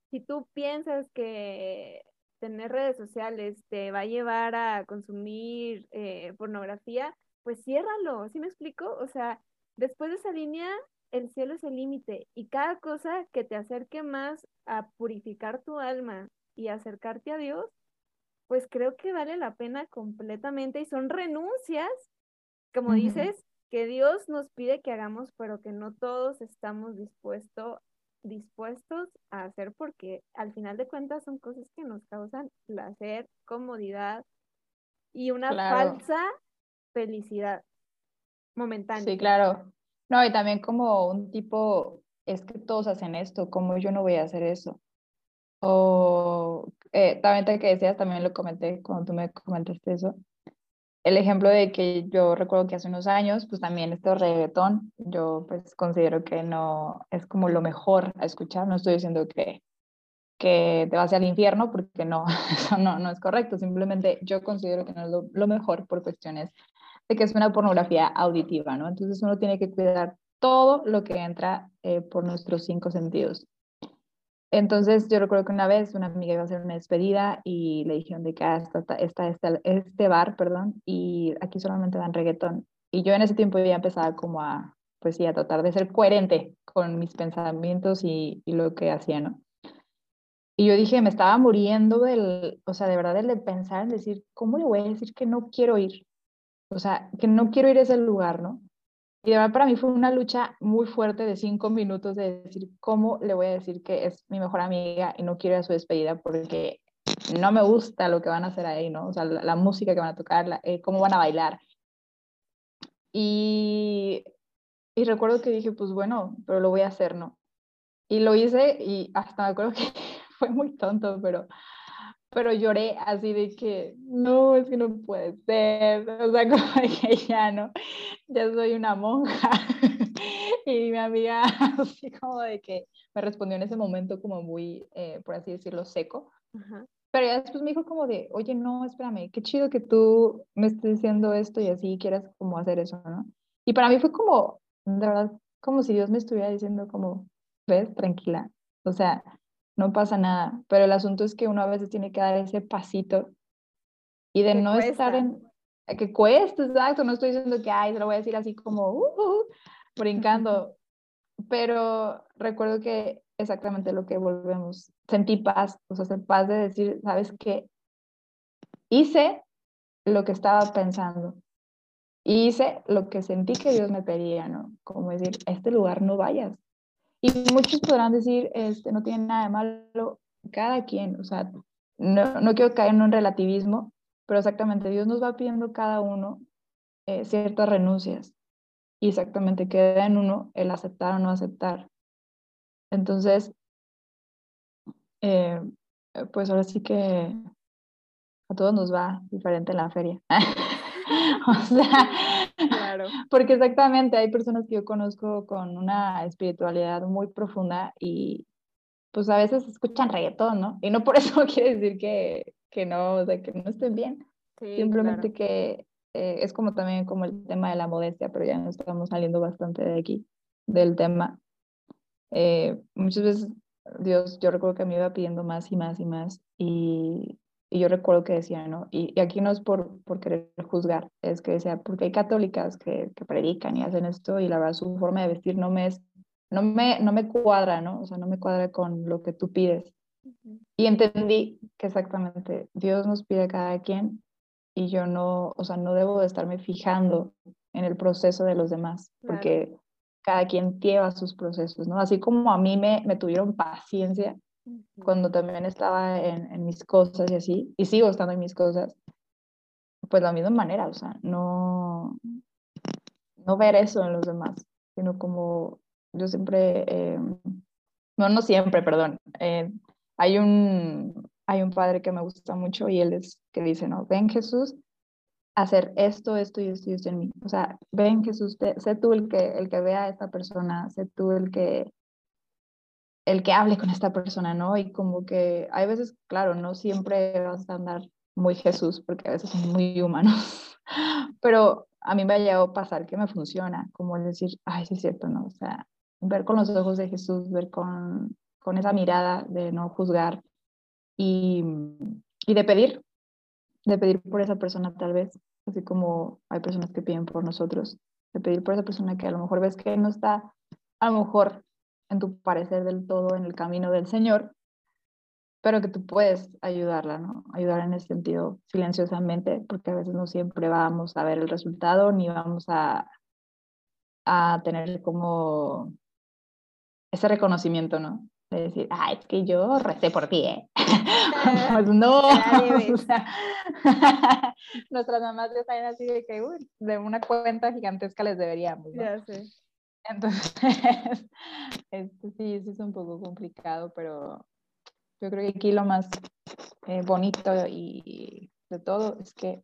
[SPEAKER 2] si tú piensas que tener redes sociales te va a llevar a consumir pornografía, pues ciérralo, ¿sí me explico? O sea, después de esa línea, el cielo es el límite y cada cosa que te acerque más a purificar tu alma y acercarte a Dios, pues creo que vale la pena completamente y son renuncias, como
[SPEAKER 3] Ujú.
[SPEAKER 2] dices, que Dios nos pide que hagamos, pero que no todos estamos dispuestos a hacer porque al final de cuentas son cosas que nos causan placer, comodidad y una
[SPEAKER 3] Claro,
[SPEAKER 2] falsa felicidad momentánea.
[SPEAKER 3] sí, claro. No, y también como un tipo, es que todos hacen esto, como yo no voy a hacer eso. O también te que decías, también lo comenté cuando tú me comentaste eso. El ejemplo de que yo recuerdo que hace unos años, pues también este reggaetón, yo pues considero que no es como lo mejor a escuchar. No estoy diciendo que te vas al infierno, porque no, eso no es correcto. Simplemente yo considero que no es lo mejor por cuestiones de que es una pornografía auditiva, ¿no? Entonces uno tiene que cuidar todo lo que entra por nuestros cinco sentidos. Entonces yo recuerdo que una vez una amiga iba a hacer una despedida y le dijeron de que está este bar, perdón, y aquí solamente dan reggaetón. Y yo en ese tiempo ya empezaba como a, pues sí, a tratar de ser coherente con mis pensamientos y lo que hacía, ¿no? Y yo dije, me estaba muriendo o sea, de verdad, el de pensar en decir, ¿cómo le voy a decir que no quiero ir? O sea, que no quiero ir a ese lugar, ¿no? Y de verdad para mí fue una lucha muy fuerte de 5 minutos de decir, ¿cómo le voy a decir que es mi mejor amiga y no quiero ir a su despedida porque no me gusta lo que van a hacer ahí, ¿no? O sea, la música que van a tocar, cómo van a bailar. Y, y recuerdo que dije, pues bueno, pero lo voy a hacer, ¿no? Y lo hice y hasta me acuerdo que fue muy tonto, pero lloré así de que, no, es que no puede ser, o sea, como de que ya no, ya soy una monja. Y mi amiga así como de que me respondió en ese momento como muy, por así decirlo, seco.
[SPEAKER 2] Ajá.
[SPEAKER 3] Pero ya después me dijo como de, oye, no, espérame, qué chido que tú me estés diciendo esto y así quieras como hacer eso, ¿no? Y para mí fue como, de verdad, como si Dios me estuviera diciendo como, ves, tranquila, o sea, no pasa nada. Pero el asunto es que uno a veces tiene que dar ese pasito y de
[SPEAKER 2] Que
[SPEAKER 3] no estar
[SPEAKER 2] cuesta.
[SPEAKER 3] en, que cuesta, exacto, no estoy diciendo que, ay, se lo voy a decir así como, brincando, pero recuerdo que exactamente lo que volvemos, sentí paz, o sea, paz de decir, ¿sabes qué? Hice lo que estaba pensando, hice lo que sentí que Dios me pedía, ¿no? Como decir, a este lugar no vayas. Y muchos podrán decir, no tiene nada de malo, cada quien, o sea, no quiero caer en un relativismo, pero exactamente Dios nos va pidiendo cada uno ciertas renuncias y exactamente queda en uno el aceptar o no aceptar. Entonces, eh, pues ahora sí que a todos nos va diferente en la feria. O sea,
[SPEAKER 2] Claro.
[SPEAKER 3] porque exactamente hay personas que yo conozco con una espiritualidad muy profunda y pues a veces escuchan reggaetón, ¿no? Y no por eso quiere decir que no, o sea, que no estén bien.
[SPEAKER 2] Sí, claro.
[SPEAKER 3] Simplemente que es como también como el tema de la modestia, pero ya nos estamos saliendo bastante de aquí, del tema. Muchas veces Dios, yo recuerdo que me iba pidiendo más y más y más y yo recuerdo que decía, ¿no? Y aquí no es por querer juzgar, es que decía, porque hay católicas que predican y hacen esto y la verdad su forma de vestir no me cuadra, ¿no? O sea, no me cuadra con lo que tú pides.
[SPEAKER 2] Ujú.
[SPEAKER 3] Y entendí que exactamente Dios nos pide a cada quien y yo no, o sea, no debo de estarme fijando en el proceso de los demás,
[SPEAKER 2] Claro.
[SPEAKER 3] porque cada quien lleva sus procesos, ¿no? Así como a mí me tuvieron paciencia
[SPEAKER 2] Ujú.
[SPEAKER 3] cuando también estaba en mis cosas y así, y sigo estando en mis cosas, pues de la misma manera, o sea, no ver eso en los demás, sino como yo siempre, no siempre, perdón, hay un padre que me gusta mucho y él es que dice, ¿no? Ven Jesús hacer esto y esto y esto en mí. O sea, ven Jesús, sé tú el que vea a esta persona, sé tú el que hable con esta persona, ¿no? Y como que hay veces, claro, no siempre vas a andar muy Jesús, porque a veces son muy humanos, pero a mí me ha llegado a pasar que me funciona, como el decir, ay, sí es cierto, ¿no? O sea, ver con los ojos de Jesús, ver con esa mirada de no juzgar y, y de pedir por esa persona tal vez, así como hay personas que piden por nosotros, de pedir por esa persona que a lo mejor ves que no está, a lo mejor en tu parecer del todo en el camino del Señor, pero que tú puedes ayudarla, ¿no? Ayudar en ese sentido silenciosamente, porque a veces no siempre vamos a ver el resultado ni vamos a tener como ese reconocimiento, ¿no? De decir, es que yo recé por ti, ¿eh? Pues no,
[SPEAKER 2] Te la
[SPEAKER 3] o
[SPEAKER 2] debes.
[SPEAKER 3] sea, nuestras mamás ya saben así de que, de una cuenta gigantesca les deberíamos, ¿no?
[SPEAKER 2] Ya sé.
[SPEAKER 3] Entonces, sí es un poco complicado, pero yo creo que aquí lo más bonito y de todo es que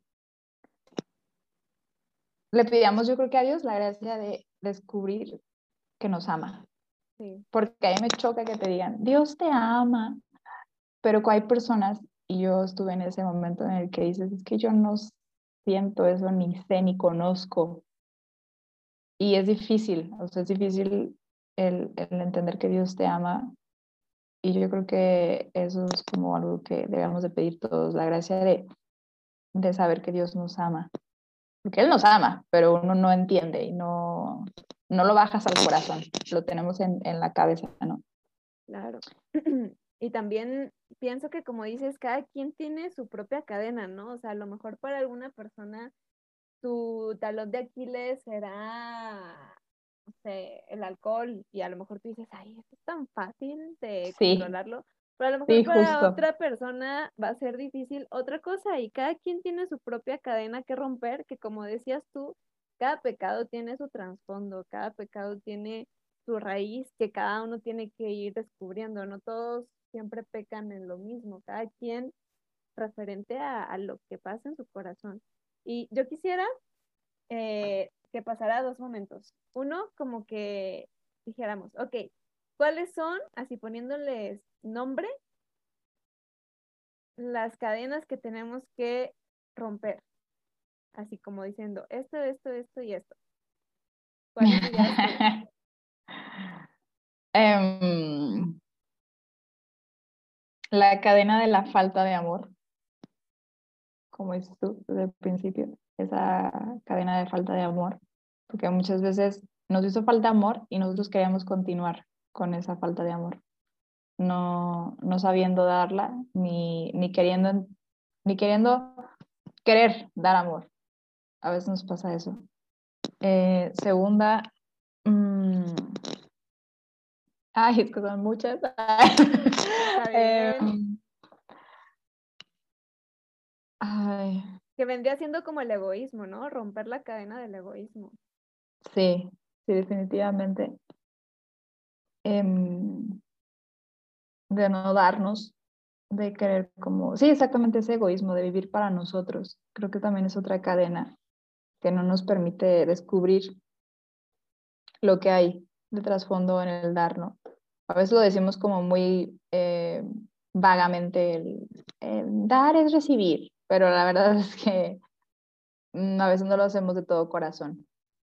[SPEAKER 3] le pidamos, yo creo que a Dios la gracia de descubrir que nos ama.
[SPEAKER 2] Sí.
[SPEAKER 3] Porque a mí me choca que te digan, Dios te ama, pero hay personas, y yo estuve en ese momento en el que dices, es que yo no siento eso, ni sé, ni conozco. Y es difícil, o sea, es difícil el entender que Dios te ama. Y yo creo que eso es como algo que debemos de pedir todos, la gracia de saber que Dios nos ama. Porque Él nos ama, pero uno no entiende y no lo bajas al corazón, lo tenemos en la cabeza, ¿no?
[SPEAKER 2] Claro. Y también pienso que como dices, cada quien tiene su propia cadena, ¿no? O sea, a lo mejor para alguna persona tu talón de Aquiles será, no sé, el alcohol y a lo mejor tú dices, ay, esto es tan fácil de
[SPEAKER 3] Sí,
[SPEAKER 2] controlarlo, pero a lo mejor
[SPEAKER 3] sí,
[SPEAKER 2] para
[SPEAKER 3] justo.
[SPEAKER 2] otra persona va a ser difícil otra cosa y cada quien tiene su propia cadena que romper, que como decías tú, cada pecado tiene su trasfondo, cada pecado tiene su raíz que cada uno tiene que ir descubriendo, no todos siempre pecan en lo mismo, cada quien referente a lo que pasa en su corazón. Y yo quisiera que pasara dos momentos. Uno, como que dijéramos, ok, ¿cuáles son, así poniéndoles nombre, las cadenas que tenemos que romper? Así como diciendo, esto y esto. ¿Cuáles dirías tú?
[SPEAKER 3] Em, la cadena de la falta de amor, como dices tú desde el principio, esa cadena de falta de amor, porque muchas veces nos hizo falta amor y nosotros queríamos continuar con esa falta de amor, no sabiendo darla, ni queriendo querer dar amor. A veces nos pasa eso. Segunda, mm, es que son muchas.
[SPEAKER 2] Está bien.
[SPEAKER 3] Em, ay,
[SPEAKER 2] Que vendría siendo como el egoísmo, ¿no? Romper la cadena del egoísmo.
[SPEAKER 3] sí, sí, definitivamente. Em, de no darnos, de querer como, sí, exactamente ese egoísmo, de vivir para nosotros. Creo que también es otra cadena que no nos permite descubrir lo que hay de trasfondo en el dar, ¿no? A veces lo decimos como muy vagamente, el dar es recibir, pero la verdad es que a veces no lo hacemos de todo corazón.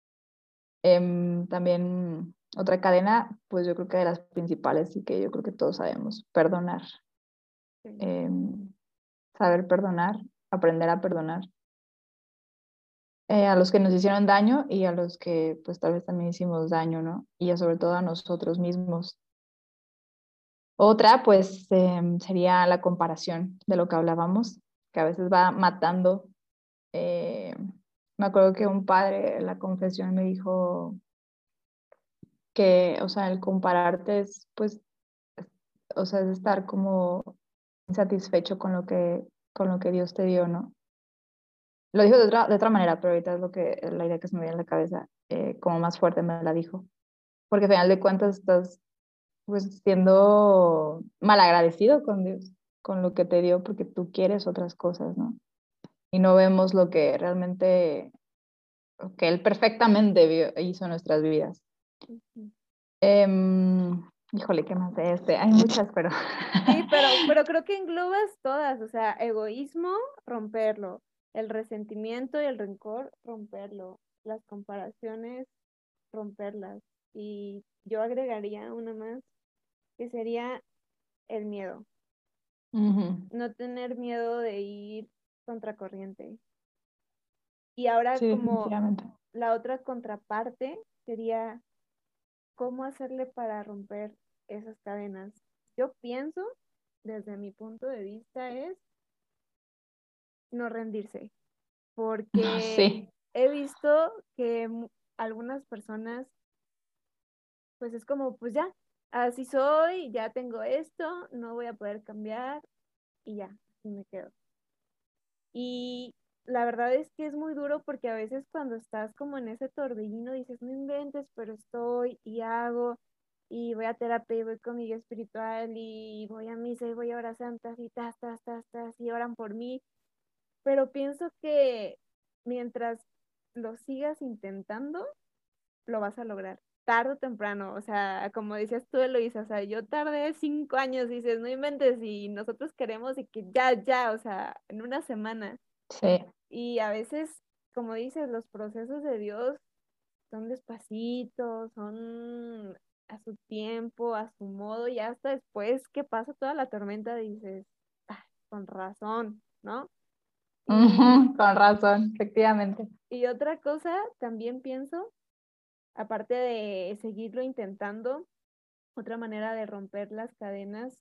[SPEAKER 3] También otra cadena, pues yo creo que de las principales y que yo creo que todos sabemos, perdonar.
[SPEAKER 2] Sí.
[SPEAKER 3] Em, Saber perdonar, aprender a perdonar a los que nos hicieron daño y a los que pues tal vez también hicimos daño, ¿no? Y sobre todo a nosotros mismos. Otra pues sería la comparación de lo que hablábamos, que a veces va matando. eh, Me acuerdo que un padre en la confesión me dijo que, o sea, el compararte es pues, o sea, es estar como insatisfecho con lo que Dios te dio, ¿no? Lo dijo de otra manera, pero ahorita es la idea que se me viene en la cabeza, como más fuerte me la dijo. Porque al final de cuentas estás pues siendo malagradecido con Dios, con lo que te dio, porque tú quieres otras cosas, ¿no? Y no vemos lo que realmente, que Él perfectamente hizo en nuestras vidas.
[SPEAKER 2] Ujú.
[SPEAKER 3] Híjole, ¿qué más de este? Hay muchas, pero...
[SPEAKER 2] Sí, pero creo que englobas todas, o sea, egoísmo, romperlo, el resentimiento y el rencor, romperlo, las comparaciones, romperlas. Y yo agregaría una más, que sería el miedo.
[SPEAKER 3] Ujú.
[SPEAKER 2] No tener miedo de ir contracorriente. Y ahora
[SPEAKER 3] Sí,
[SPEAKER 2] como
[SPEAKER 3] definitivamente.
[SPEAKER 2] la otra contraparte sería cómo hacerle para romper esas cadenas. Yo pienso, desde mi punto de vista, es no rendirse, porque
[SPEAKER 3] Sí,
[SPEAKER 2] he visto que algunas personas, pues es como, pues ya, así soy, ya tengo esto, no voy a poder cambiar y ya, así me quedo. Y la verdad es que es muy duro porque a veces cuando estás como en ese torbellino dices, no inventes, pero estoy y hago y voy a terapia y voy con mi guía espiritual y voy a misa y voy a horas santas y tas, y oran por mí. Pero pienso que mientras lo sigas intentando, lo vas a lograr. Tarde o temprano, o sea, como decías tú, Eloisa, o sea, yo tardé 5 años, dices, no inventes, y nosotros queremos y que ya, o sea, en una semana.
[SPEAKER 3] sí.
[SPEAKER 2] Y a veces, como dices, los procesos de Dios son despacitos, son a su tiempo, a su modo, y hasta después que pasa toda la tormenta dices, "Ah, con razón, ¿no?" Y,
[SPEAKER 3] Ujú, con razón, efectivamente.
[SPEAKER 2] y otra cosa, también pienso, aparte de seguirlo intentando, otra manera de romper las cadenas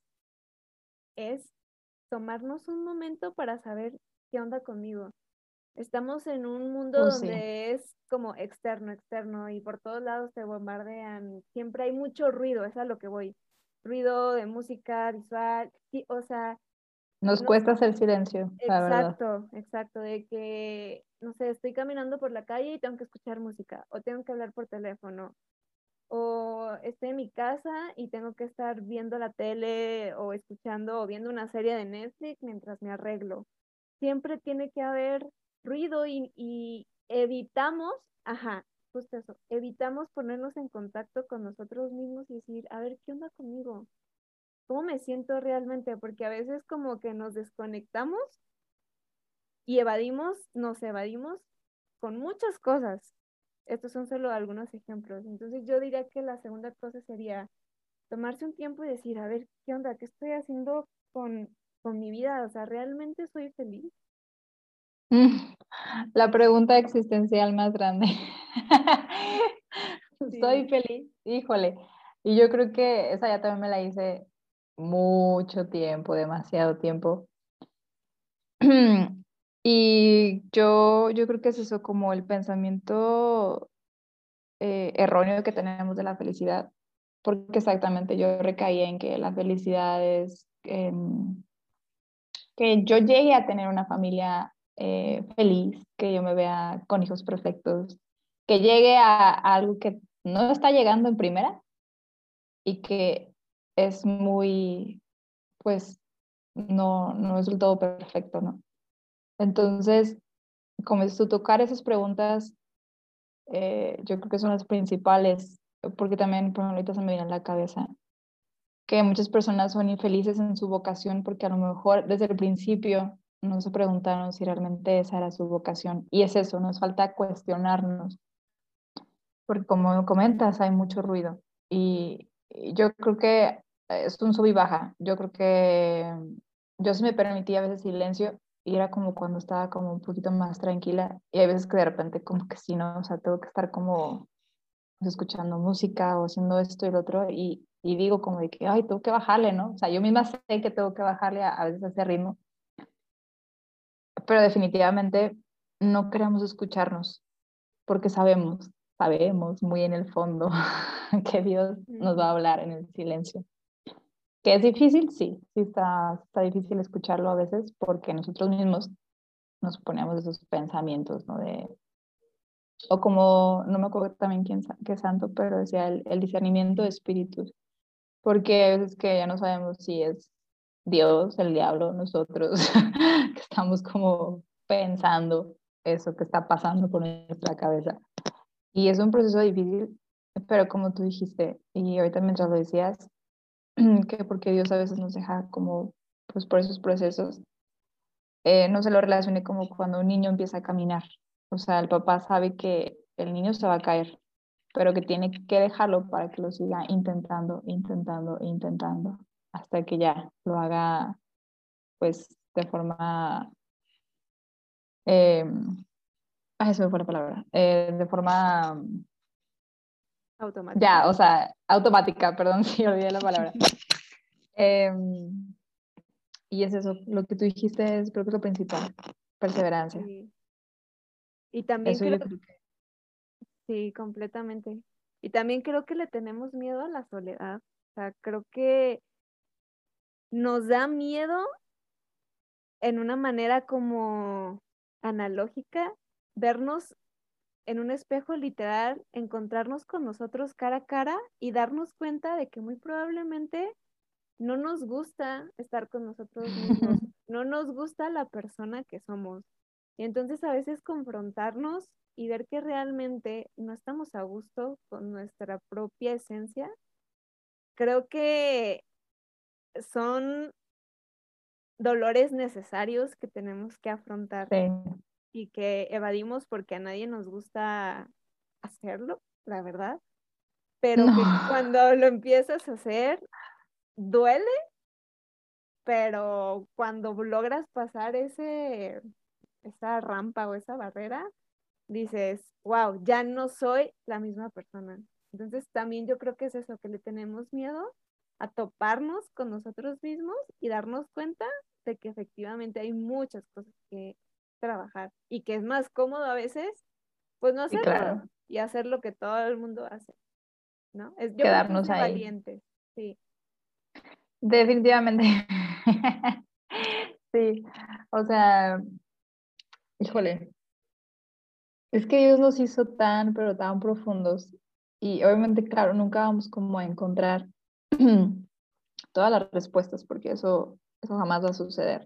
[SPEAKER 2] es tomarnos un momento para saber qué onda conmigo. Estamos en un mundo
[SPEAKER 3] Sí.
[SPEAKER 2] donde es como externo, y por todos lados te bombardean. Siempre hay mucho ruido, es a lo que voy. Ruido de música, visual, sí, o sea,
[SPEAKER 3] Nos
[SPEAKER 2] no,
[SPEAKER 3] cuesta hacer silencio, la verdad.
[SPEAKER 2] exacto, de que, no sé, estoy caminando por la calle y tengo que escuchar música, o tengo que hablar por teléfono, o estoy en mi casa y tengo que estar viendo la tele o escuchando o viendo una serie de Netflix mientras me arreglo. Siempre tiene que haber ruido y evitamos, ajá, justo eso, evitamos ponernos en contacto con nosotros mismos y decir, a ver, ¿qué onda conmigo? ¿Cómo me siento realmente? Porque a veces como que nos desconectamos y nos evadimos con muchas cosas. Estos son solo algunos ejemplos. Entonces yo diría que la segunda cosa sería tomarse un tiempo y decir, a ver, ¿qué onda? ¿Qué estoy haciendo con mi vida? O sea, ¿realmente soy feliz?
[SPEAKER 3] Mm, La pregunta existencial más grande. ¿Soy
[SPEAKER 2] Sí.
[SPEAKER 3] feliz? Híjole. Y yo creo que esa ya también me la hice mucho tiempo, demasiado tiempo. Y yo creo que es eso como el pensamiento erróneo que tenemos de la felicidad, porque exactamente yo recaía en que la felicidad es que yo llegue a tener una familia feliz, que yo me vea con hijos perfectos, que llegue a algo que no está llegando en primera y que es muy, pues, no es del todo perfecto, ¿no? Entonces, como es tú, tocar esas preguntas, yo creo que son las principales, porque también, por ejemplo, ahorita se me viene a la cabeza que muchas personas son infelices en su vocación porque a lo mejor desde el principio no se preguntaron si realmente esa era su vocación. Y es eso, nos falta cuestionarnos, porque como comentas, hay mucho ruido. Y yo creo que es un sub y baja. Yo creo que yo sí me permitía a veces silencio y era como cuando estaba como un poquito más tranquila y hay veces que de repente como que sí, ¿no? O sea, tengo que estar como pues, escuchando música o haciendo esto y lo otro, y digo como de que, ay, tengo que bajarle, ¿no? O sea, yo misma sé que tengo que bajarle a veces a ese ritmo, pero definitivamente no queremos escucharnos porque sabemos muy en el fondo que Dios nos va a
[SPEAKER 2] Ujú.
[SPEAKER 3] hablar en el silencio. ¿Que es difícil? Sí, sí está difícil escucharlo a veces porque nosotros mismos nos ponemos esos pensamientos, ¿no? O como, no me acuerdo también qué santo, pero decía el discernimiento de espíritus, porque a veces que ya no sabemos si es Dios, el diablo, nosotros, que estamos como pensando eso que está pasando por nuestra cabeza. Y es un proceso difícil, pero como tú dijiste, y ahorita mientras lo decías, que porque Dios a veces nos deja como, pues por esos procesos, no se lo relacione como cuando un niño empieza a caminar. O sea, el papá sabe que el niño se va a caer, pero que tiene que dejarlo para que lo siga intentando, hasta que ya lo haga, pues, de forma, eh, eso fue la palabra, de forma,
[SPEAKER 2] Automática.
[SPEAKER 3] ya, o sea, automática, perdón, sí, olvidé la palabra. Y es eso, lo que tú dijiste es, creo que es lo principal, perseverancia.
[SPEAKER 2] Sí. Y también
[SPEAKER 3] Eso yo
[SPEAKER 2] creo,
[SPEAKER 3] creo que...
[SPEAKER 2] sí, completamente. Y también creo que le tenemos miedo a la soledad. O sea, creo que nos da miedo en una manera como analógica vernos en un espejo literal, encontrarnos con nosotros cara a cara y darnos cuenta de que muy probablemente no nos gusta estar con nosotros mismos, no nos gusta la persona que somos. Y entonces a veces confrontarnos y ver que realmente no estamos a gusto con nuestra propia esencia, creo que son dolores necesarios que tenemos que afrontar
[SPEAKER 3] Sí,
[SPEAKER 2] y que evadimos porque a nadie nos gusta hacerlo, la verdad, pero
[SPEAKER 3] no,
[SPEAKER 2] que cuando lo empiezas a hacer, duele, pero cuando logras pasar esa rampa o esa barrera, dices, wow, ya no soy la misma persona. Entonces también yo creo que es eso, que le tenemos miedo a toparnos con nosotros mismos y darnos cuenta de que efectivamente hay muchas cosas que trabajar y que es más cómodo a veces, pues no
[SPEAKER 3] sí,
[SPEAKER 2] hacerlo
[SPEAKER 3] claro,
[SPEAKER 2] y hacer lo que todo el mundo hace, ¿no? Yo creo que es
[SPEAKER 3] quedarnos
[SPEAKER 2] de
[SPEAKER 3] ahí.
[SPEAKER 2] valientes, sí,
[SPEAKER 3] Definitivamente. Sí, o sea, híjole, es que Dios nos hizo tan, pero tan profundos. Y obviamente, claro, nunca vamos como a encontrar todas las respuestas, porque eso jamás va a suceder.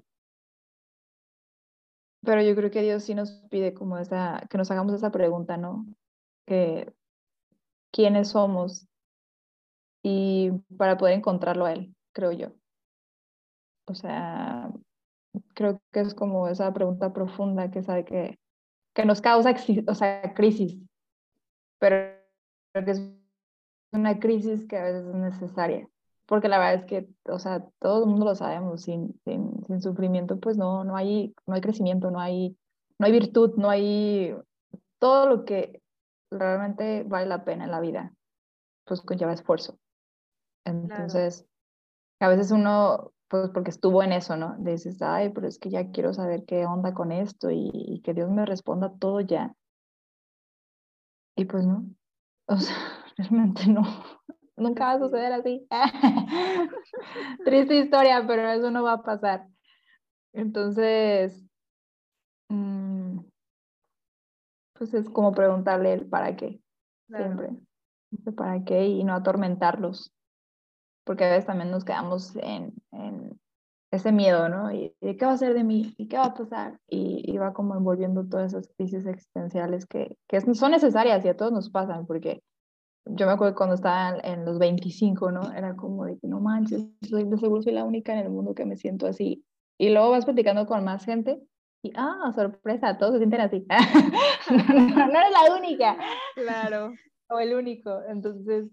[SPEAKER 3] Pero yo creo que Dios sí nos pide como esa, que nos hagamos esa pregunta, ¿no? Que quiénes somos y para poder encontrarlo a Él, creo yo. O sea, creo que es como esa pregunta profunda que sabe que nos causa, o sea, crisis, pero que es una crisis que a veces es necesaria. Porque la verdad es que, o sea, todo el mundo lo sabemos, sin sufrimiento, pues no hay crecimiento, no hay virtud, no hay todo lo que realmente vale la pena en la vida, pues conlleva esfuerzo.
[SPEAKER 2] claro,
[SPEAKER 3] Entonces, a veces uno, pues porque estuvo en eso, ¿no? Dices, ay, pero es que ya quiero saber qué onda con esto y que Dios me responda todo ya. Y pues no, o sea, realmente no, nunca va a
[SPEAKER 2] sí,
[SPEAKER 3] suceder así. Triste historia, pero eso no va a pasar. Entonces, mm, pues es como preguntarle el para qué,
[SPEAKER 2] claro,
[SPEAKER 3] siempre. Ese ¿para qué? Y no atormentarlos, porque a veces también nos quedamos en ese miedo, ¿no? ¿Y qué va a ser de mí? ¿Y qué va a pasar? Y va como envolviendo todas esas crisis existenciales que son necesarias y a todos nos pasan, porque yo me acuerdo cuando estaba en los 25, ¿no? Era como de que no manches, de seguro soy la única en el mundo que me siento así. Y luego vas platicando con más gente y, sorpresa, todos se sienten así. No eres la única
[SPEAKER 2] claro,
[SPEAKER 3] o el único. Entonces,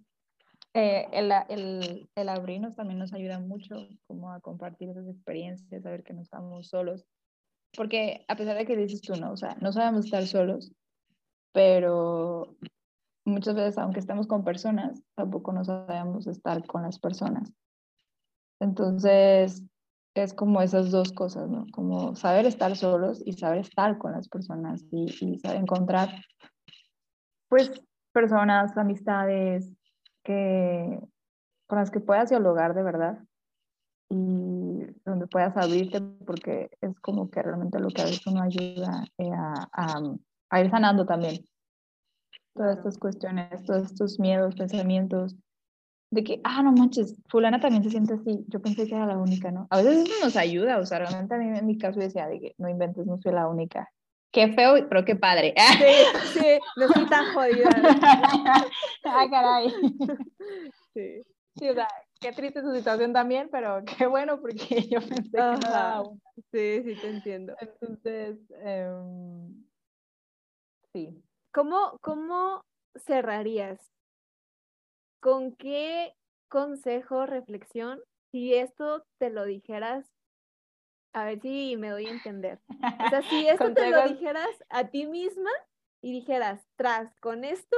[SPEAKER 3] el abrirnos también nos ayuda mucho como a compartir esas experiencias, saber que no estamos solos. Porque a pesar de que dices tú, ¿no? O sea, no sabemos estar solos, pero muchas veces, aunque estemos con personas, tampoco no sabemos estar con las personas. Entonces, es como esas dos cosas, ¿no? Como saber estar solos y saber estar con las personas y saber encontrar, pues, personas, amistades que, con las que puedas dialogar de verdad y donde puedas abrirte, porque es como que realmente lo que a veces uno ayuda a ir sanando también todas
[SPEAKER 2] claro.
[SPEAKER 3] estas cuestiones, todos estos miedos, pensamientos, de que, no manches, fulana también se siente así, yo pensé que era la única, ¿no? A veces eso nos ayuda, o sea, realmente a mí en mi caso decía de que no inventes, no soy la única. Qué feo, pero qué padre.
[SPEAKER 2] Sí, sí, no estoy tan jodida.
[SPEAKER 3] Caray.
[SPEAKER 2] Sí,
[SPEAKER 3] Sí, o sea, qué triste su situación también, pero qué bueno porque yo pensé que no era la
[SPEAKER 2] ajá,
[SPEAKER 3] única.
[SPEAKER 2] sí, sí, te entiendo.
[SPEAKER 3] Entonces, sí.
[SPEAKER 2] ¿Cómo cerrarías? ¿Con qué consejo, reflexión, si esto te lo dijeras, a ver si me doy a entender? O sea, si esto te lo
[SPEAKER 3] Consejos.
[SPEAKER 2] dijeras a ti misma y dijeras, con esto,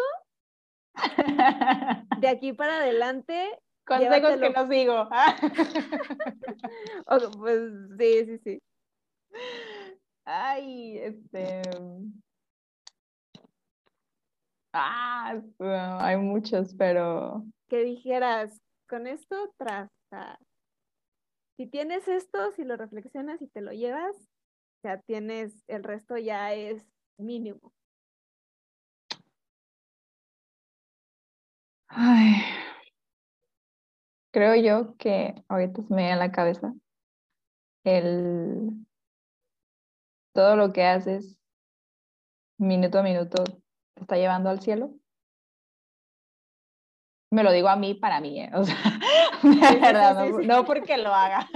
[SPEAKER 2] de aquí para adelante,
[SPEAKER 3] Consejos que
[SPEAKER 2] llévatelo.
[SPEAKER 3] no sigo.
[SPEAKER 2] Pues sí, sí, sí.
[SPEAKER 3] Ay, bueno, hay muchos, pero
[SPEAKER 2] Que dijeras, con esto, si tienes esto, si lo reflexionas y te lo llevas, ya tienes, el resto ya es mínimo.
[SPEAKER 3] ay, creo yo que ahorita se me viene a la cabeza el todo lo que haces minuto a minuto te está llevando al cielo. Me lo digo a mí para mí, ¿eh? O sea, de
[SPEAKER 2] Sí, sí,
[SPEAKER 3] verdad,
[SPEAKER 2] sí,
[SPEAKER 3] no,
[SPEAKER 2] sí.
[SPEAKER 3] no porque lo haga.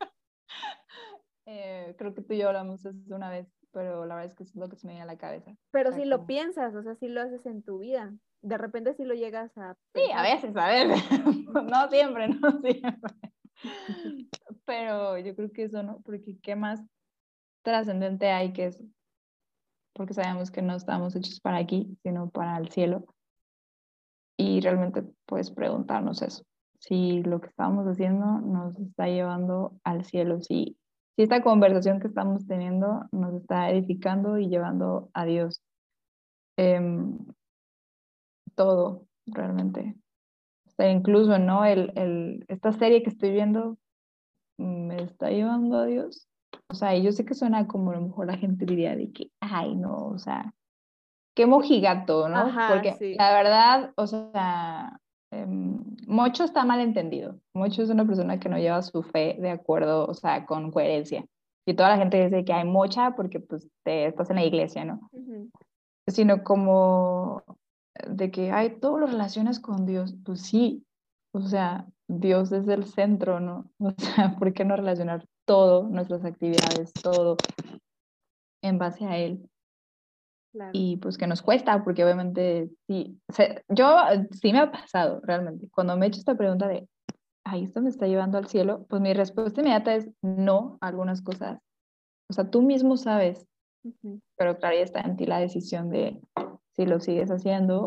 [SPEAKER 3] Creo que tú y yo hablamos eso una vez, pero la verdad es que eso es lo que se me viene a la cabeza. O
[SPEAKER 2] Pero
[SPEAKER 3] sea,
[SPEAKER 2] si lo
[SPEAKER 3] como,
[SPEAKER 2] piensas, o sea, si lo haces en tu vida, de repente si lo llegas a
[SPEAKER 3] sí, a
[SPEAKER 2] pensar.
[SPEAKER 3] veces, no siempre, no siempre. Pero yo creo que eso no, porque qué más trascendente hay que eso, porque sabemos que no estamos hechos para aquí, sino para el cielo. Y realmente puedes preguntarnos eso, si lo que estamos haciendo nos está llevando al cielo, si esta conversación que estamos teniendo nos está edificando y llevando a Dios. Em, Todo, realmente. O sea, incluso, ¿no? Esta serie que estoy viendo me está llevando a Dios. O sea, y yo sé que suena como a lo mejor la gente diría de que, ay, no, o sea, qué mojigato, ¿no?
[SPEAKER 2] Ajá,
[SPEAKER 3] Porque
[SPEAKER 2] sí.
[SPEAKER 3] la verdad, o sea, Mocho está mal entendido. Mocho es una persona que no lleva su fe de acuerdo, o sea, con coherencia. Y toda la gente dice que hay mocha porque pues te estás en la iglesia, ¿no?
[SPEAKER 2] Ujú.
[SPEAKER 3] Sino como de que hay todo lo relacionas con Dios. Pues sí, o sea, Dios es el centro, ¿no? O sea, ¿por qué no relacionar todo, nuestras actividades, todo en base a Él?
[SPEAKER 2] Claro.
[SPEAKER 3] Y pues que nos cuesta, porque obviamente sí, yo sí me ha pasado realmente. Cuando me he hecho esta pregunta de, ay, ¿esto me está llevando al cielo? Pues mi respuesta inmediata es no a algunas cosas. O sea, tú mismo sabes,
[SPEAKER 2] Ujú.
[SPEAKER 3] pero claro, ya está en ti la decisión de si lo sigues haciendo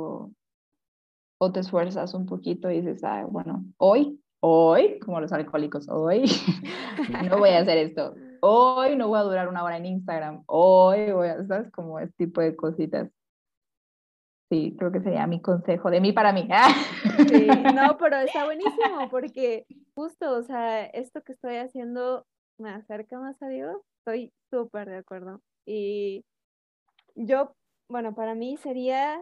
[SPEAKER 3] o te esfuerzas un poquito y dices, ah, bueno, hoy, como los alcohólicos, hoy no voy a hacer esto. Hoy no voy a durar una hora en Instagram. Hoy voy a, ¿sabes? Como este tipo de cositas. Sí, creo que sería mi consejo de mí para mí.
[SPEAKER 2] Sí, no, pero está buenísimo porque justo, o sea, esto que estoy haciendo me acerca más a Dios. Estoy súper de acuerdo. Y yo, bueno, para mí sería,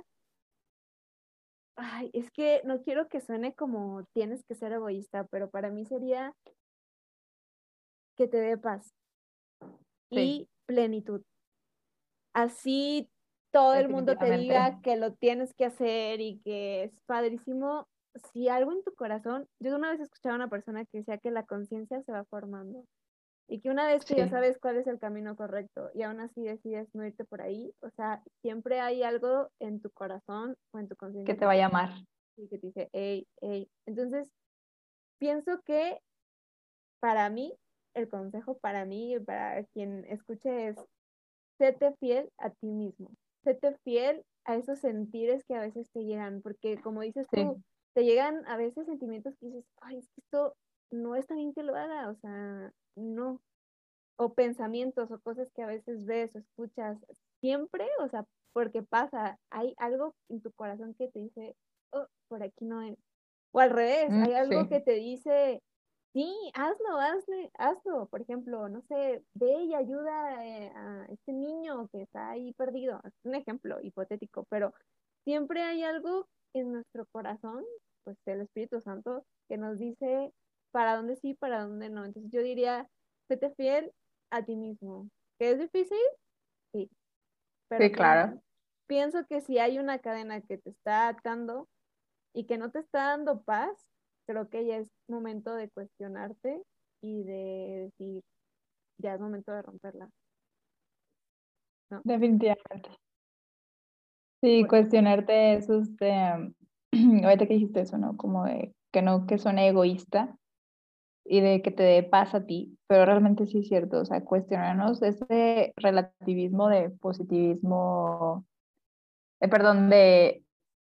[SPEAKER 2] ay, es que no quiero que suene como tienes que ser egoísta, pero para mí sería que te dé paz
[SPEAKER 3] Sí,
[SPEAKER 2] y plenitud. Así todo el mundo te
[SPEAKER 3] definitivamente.
[SPEAKER 2] diga que lo tienes que hacer y que es padrísimo. Si algo en tu corazón, yo una vez escuchaba a una persona que decía que la conciencia se va formando y que una vez que ya
[SPEAKER 3] Sí,
[SPEAKER 2] sabes cuál es el camino correcto y aún así decides no irte por ahí, o sea, siempre hay algo en tu corazón o en tu
[SPEAKER 3] que
[SPEAKER 2] conciencia
[SPEAKER 3] te
[SPEAKER 2] que
[SPEAKER 3] va a
[SPEAKER 2] te,
[SPEAKER 3] llamar.
[SPEAKER 2] y que te dice, hey, hey. Entonces, pienso que para mí, el consejo para mí y para quien escuche es séte fiel a ti mismo, séte fiel a esos sentires que a veces te llegan, porque como dices tú,
[SPEAKER 3] Sí,
[SPEAKER 2] te llegan a veces sentimientos que dices, ay, es que esto no está bien que lo haga, o sea, no, o pensamientos o cosas que a veces ves o escuchas, siempre, o sea, porque pasa, hay algo en tu corazón que te dice, oh, por aquí no es, o al revés, hay algo
[SPEAKER 3] sí,
[SPEAKER 2] que te dice, sí, hazlo, hazlo. Por ejemplo, no sé, ve y ayuda a este niño que está ahí perdido. Es un ejemplo hipotético, pero siempre hay algo en nuestro corazón, pues el Espíritu Santo, que nos dice para dónde sí, para dónde no. Entonces yo diría, séte fiel a ti mismo. ¿Que es difícil? Sí,
[SPEAKER 3] sí,
[SPEAKER 2] pero
[SPEAKER 3] claro.
[SPEAKER 2] pienso que si hay una cadena que te está atando, y que no te está dando paz, creo que ya es momento de cuestionarte y de decir, ya es momento de romperla, ¿no?
[SPEAKER 3] Definitivamente. Sí, cuestionarte esos, ahorita que dijiste eso, ¿no? Como de que no, que suene egoísta y de que te dé paz a ti, pero realmente sí es cierto, o sea, cuestionarnos ese relativismo de positivismo, perdón, de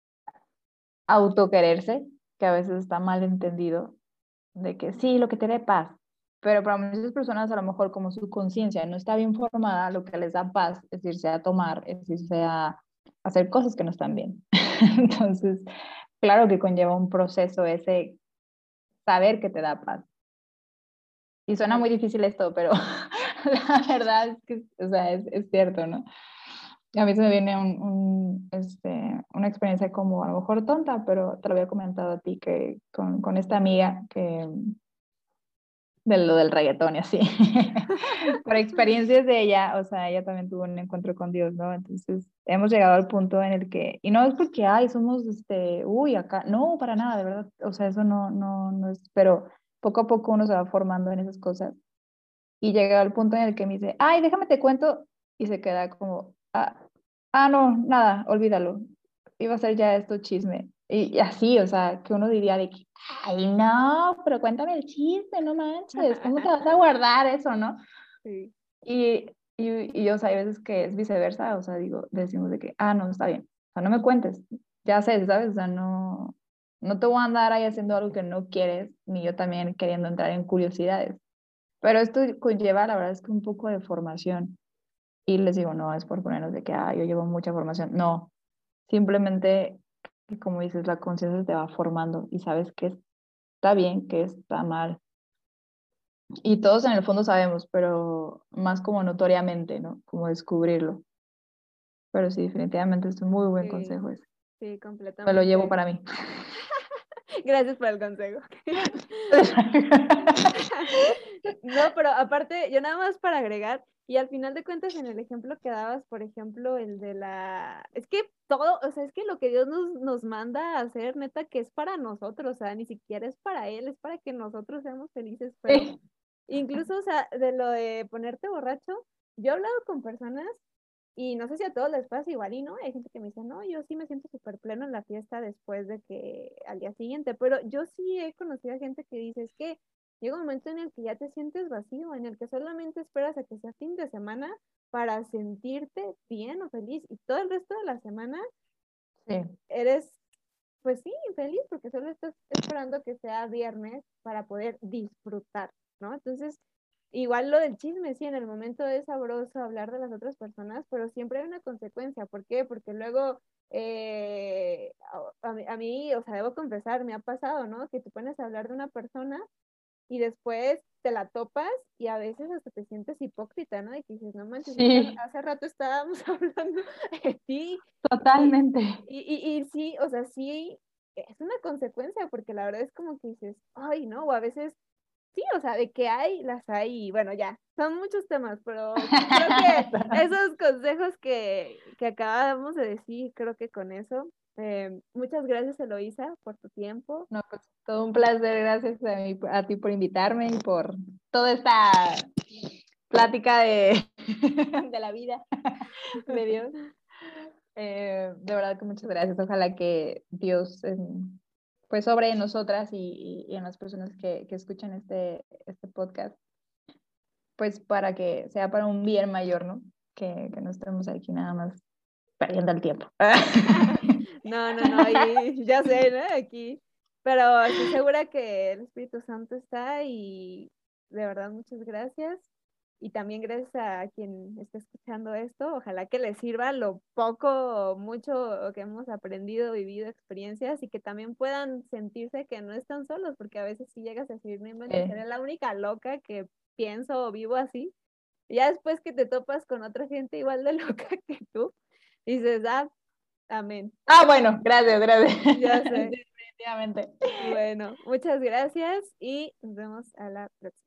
[SPEAKER 3] autoquererse, que a veces está mal entendido, de que sí, lo que te dé paz, pero para muchas personas a lo mejor como su conciencia no está bien formada, lo que les da paz es irse a tomar, es irse a hacer cosas que no están bien. Entonces, claro que conlleva un proceso ese saber que te da paz. Y suena muy difícil esto, pero la verdad es que, o sea, es cierto, ¿no? A mí se me viene una experiencia como a lo mejor tonta, pero te lo había comentado a ti que con esta amiga que de lo del reggaetón y así, por experiencias de ella, o sea, ella también tuvo un encuentro con Dios, ¿no? Entonces hemos llegado al punto en el que, y no es porque, ay, somos, uy, acá, no, para nada, de verdad, o sea, eso no es, pero poco a poco uno se va formando en esas cosas y llega al punto en el que me dice, ay, déjame te cuento, y se queda como, no, nada, olvídalo, iba a ser ya esto chisme. Y así, o sea, que uno diría de que, ay, no, pero cuéntame el chisme, no manches, ¿cómo te vas a guardar eso, no?
[SPEAKER 2] Sí.
[SPEAKER 3] Y o sea, hay veces que es viceversa, o sea, decimos de que, no, está bien, o sea, no me cuentes, ya sé, ¿sabes? O sea, no te voy a andar ahí haciendo algo que no quieres, ni yo también queriendo entrar en curiosidades. Pero esto conlleva, la verdad es que un poco de formación. Y les digo, no es por ponernos de que, yo llevo mucha formación. No, simplemente, como dices, la conciencia te va formando y sabes que está bien, que está mal. Y todos en el fondo sabemos, pero más como notoriamente, ¿no? Como descubrirlo. Pero sí, definitivamente es un muy buen
[SPEAKER 2] Sí,
[SPEAKER 3] consejo ese.
[SPEAKER 2] sí,
[SPEAKER 3] Me lo llevo
[SPEAKER 2] completamente.
[SPEAKER 3] para mí.
[SPEAKER 2] Gracias por el consejo. No, pero aparte, yo nada más para agregar, y al final de cuentas en el ejemplo que dabas, por ejemplo, el de es que todo, o sea, es que lo que Dios nos manda a hacer, neta, que es para nosotros, o sea, ni siquiera es para Él, es para que nosotros seamos felices, pero
[SPEAKER 3] Sí,
[SPEAKER 2] incluso, o sea, de lo de ponerte borracho, yo he hablado con personas y no sé si a todos les pasa igual y no, hay gente que me dice, no, yo sí me siento súper pleno en la fiesta después de que al día siguiente, pero yo sí he conocido a gente que dice, es que llega un momento en el que ya te sientes vacío, en el que solamente esperas a que sea fin de semana para sentirte bien o feliz y todo el resto de la semana
[SPEAKER 3] sí,
[SPEAKER 2] eres, pues sí, infeliz porque solo estás esperando que sea viernes para poder disfrutar, ¿no? Entonces, igual lo del chisme, sí, en el momento es sabroso hablar de las otras personas, pero siempre hay una consecuencia. ¿Por qué? Porque luego, a mí, o sea, debo confesar, me ha pasado, ¿no? Que te pones a hablar de una persona y después te la topas y a veces hasta te sientes hipócrita, ¿no? De que dices, no manches,
[SPEAKER 3] sí,
[SPEAKER 2] hace rato estábamos hablando de ti y,
[SPEAKER 3] totalmente.
[SPEAKER 2] y sí, o sea, sí, es una consecuencia porque la verdad es como que dices, ay, no, o a veces sí, o sea, de que hay, las hay, y bueno, ya, son muchos temas, pero creo que esos consejos que acabamos de decir, creo que con eso, muchas gracias, Eloisa, por tu tiempo.
[SPEAKER 3] No, pues todo un placer, gracias a ti por invitarme y por toda esta plática de la vida, de Dios. De verdad que muchas gracias. Ojalá que Dios pues sobre nosotras y en las personas que escuchan este podcast, pues para que sea para un bien mayor, ¿no? Que no estemos aquí nada más perdiendo el tiempo.
[SPEAKER 2] No, no, no, ahí ya sé, ¿no? Aquí, pero estoy segura que el Espíritu Santo está y de verdad muchas gracias. Y también gracias a quien está escuchando esto. Ojalá que les sirva lo poco o mucho que hemos aprendido, vivido, experiencias y que también puedan sentirse que no están solos, porque a veces si llegas a decir, no inventes, seré la única loca que pienso o vivo así. Y ya después que te topas con otra gente igual de loca que tú, dices, amén.
[SPEAKER 3] Bueno, gracias, gracias.
[SPEAKER 2] Ya sé.
[SPEAKER 3] Definitivamente.
[SPEAKER 2] Bueno, muchas gracias y nos vemos a la próxima.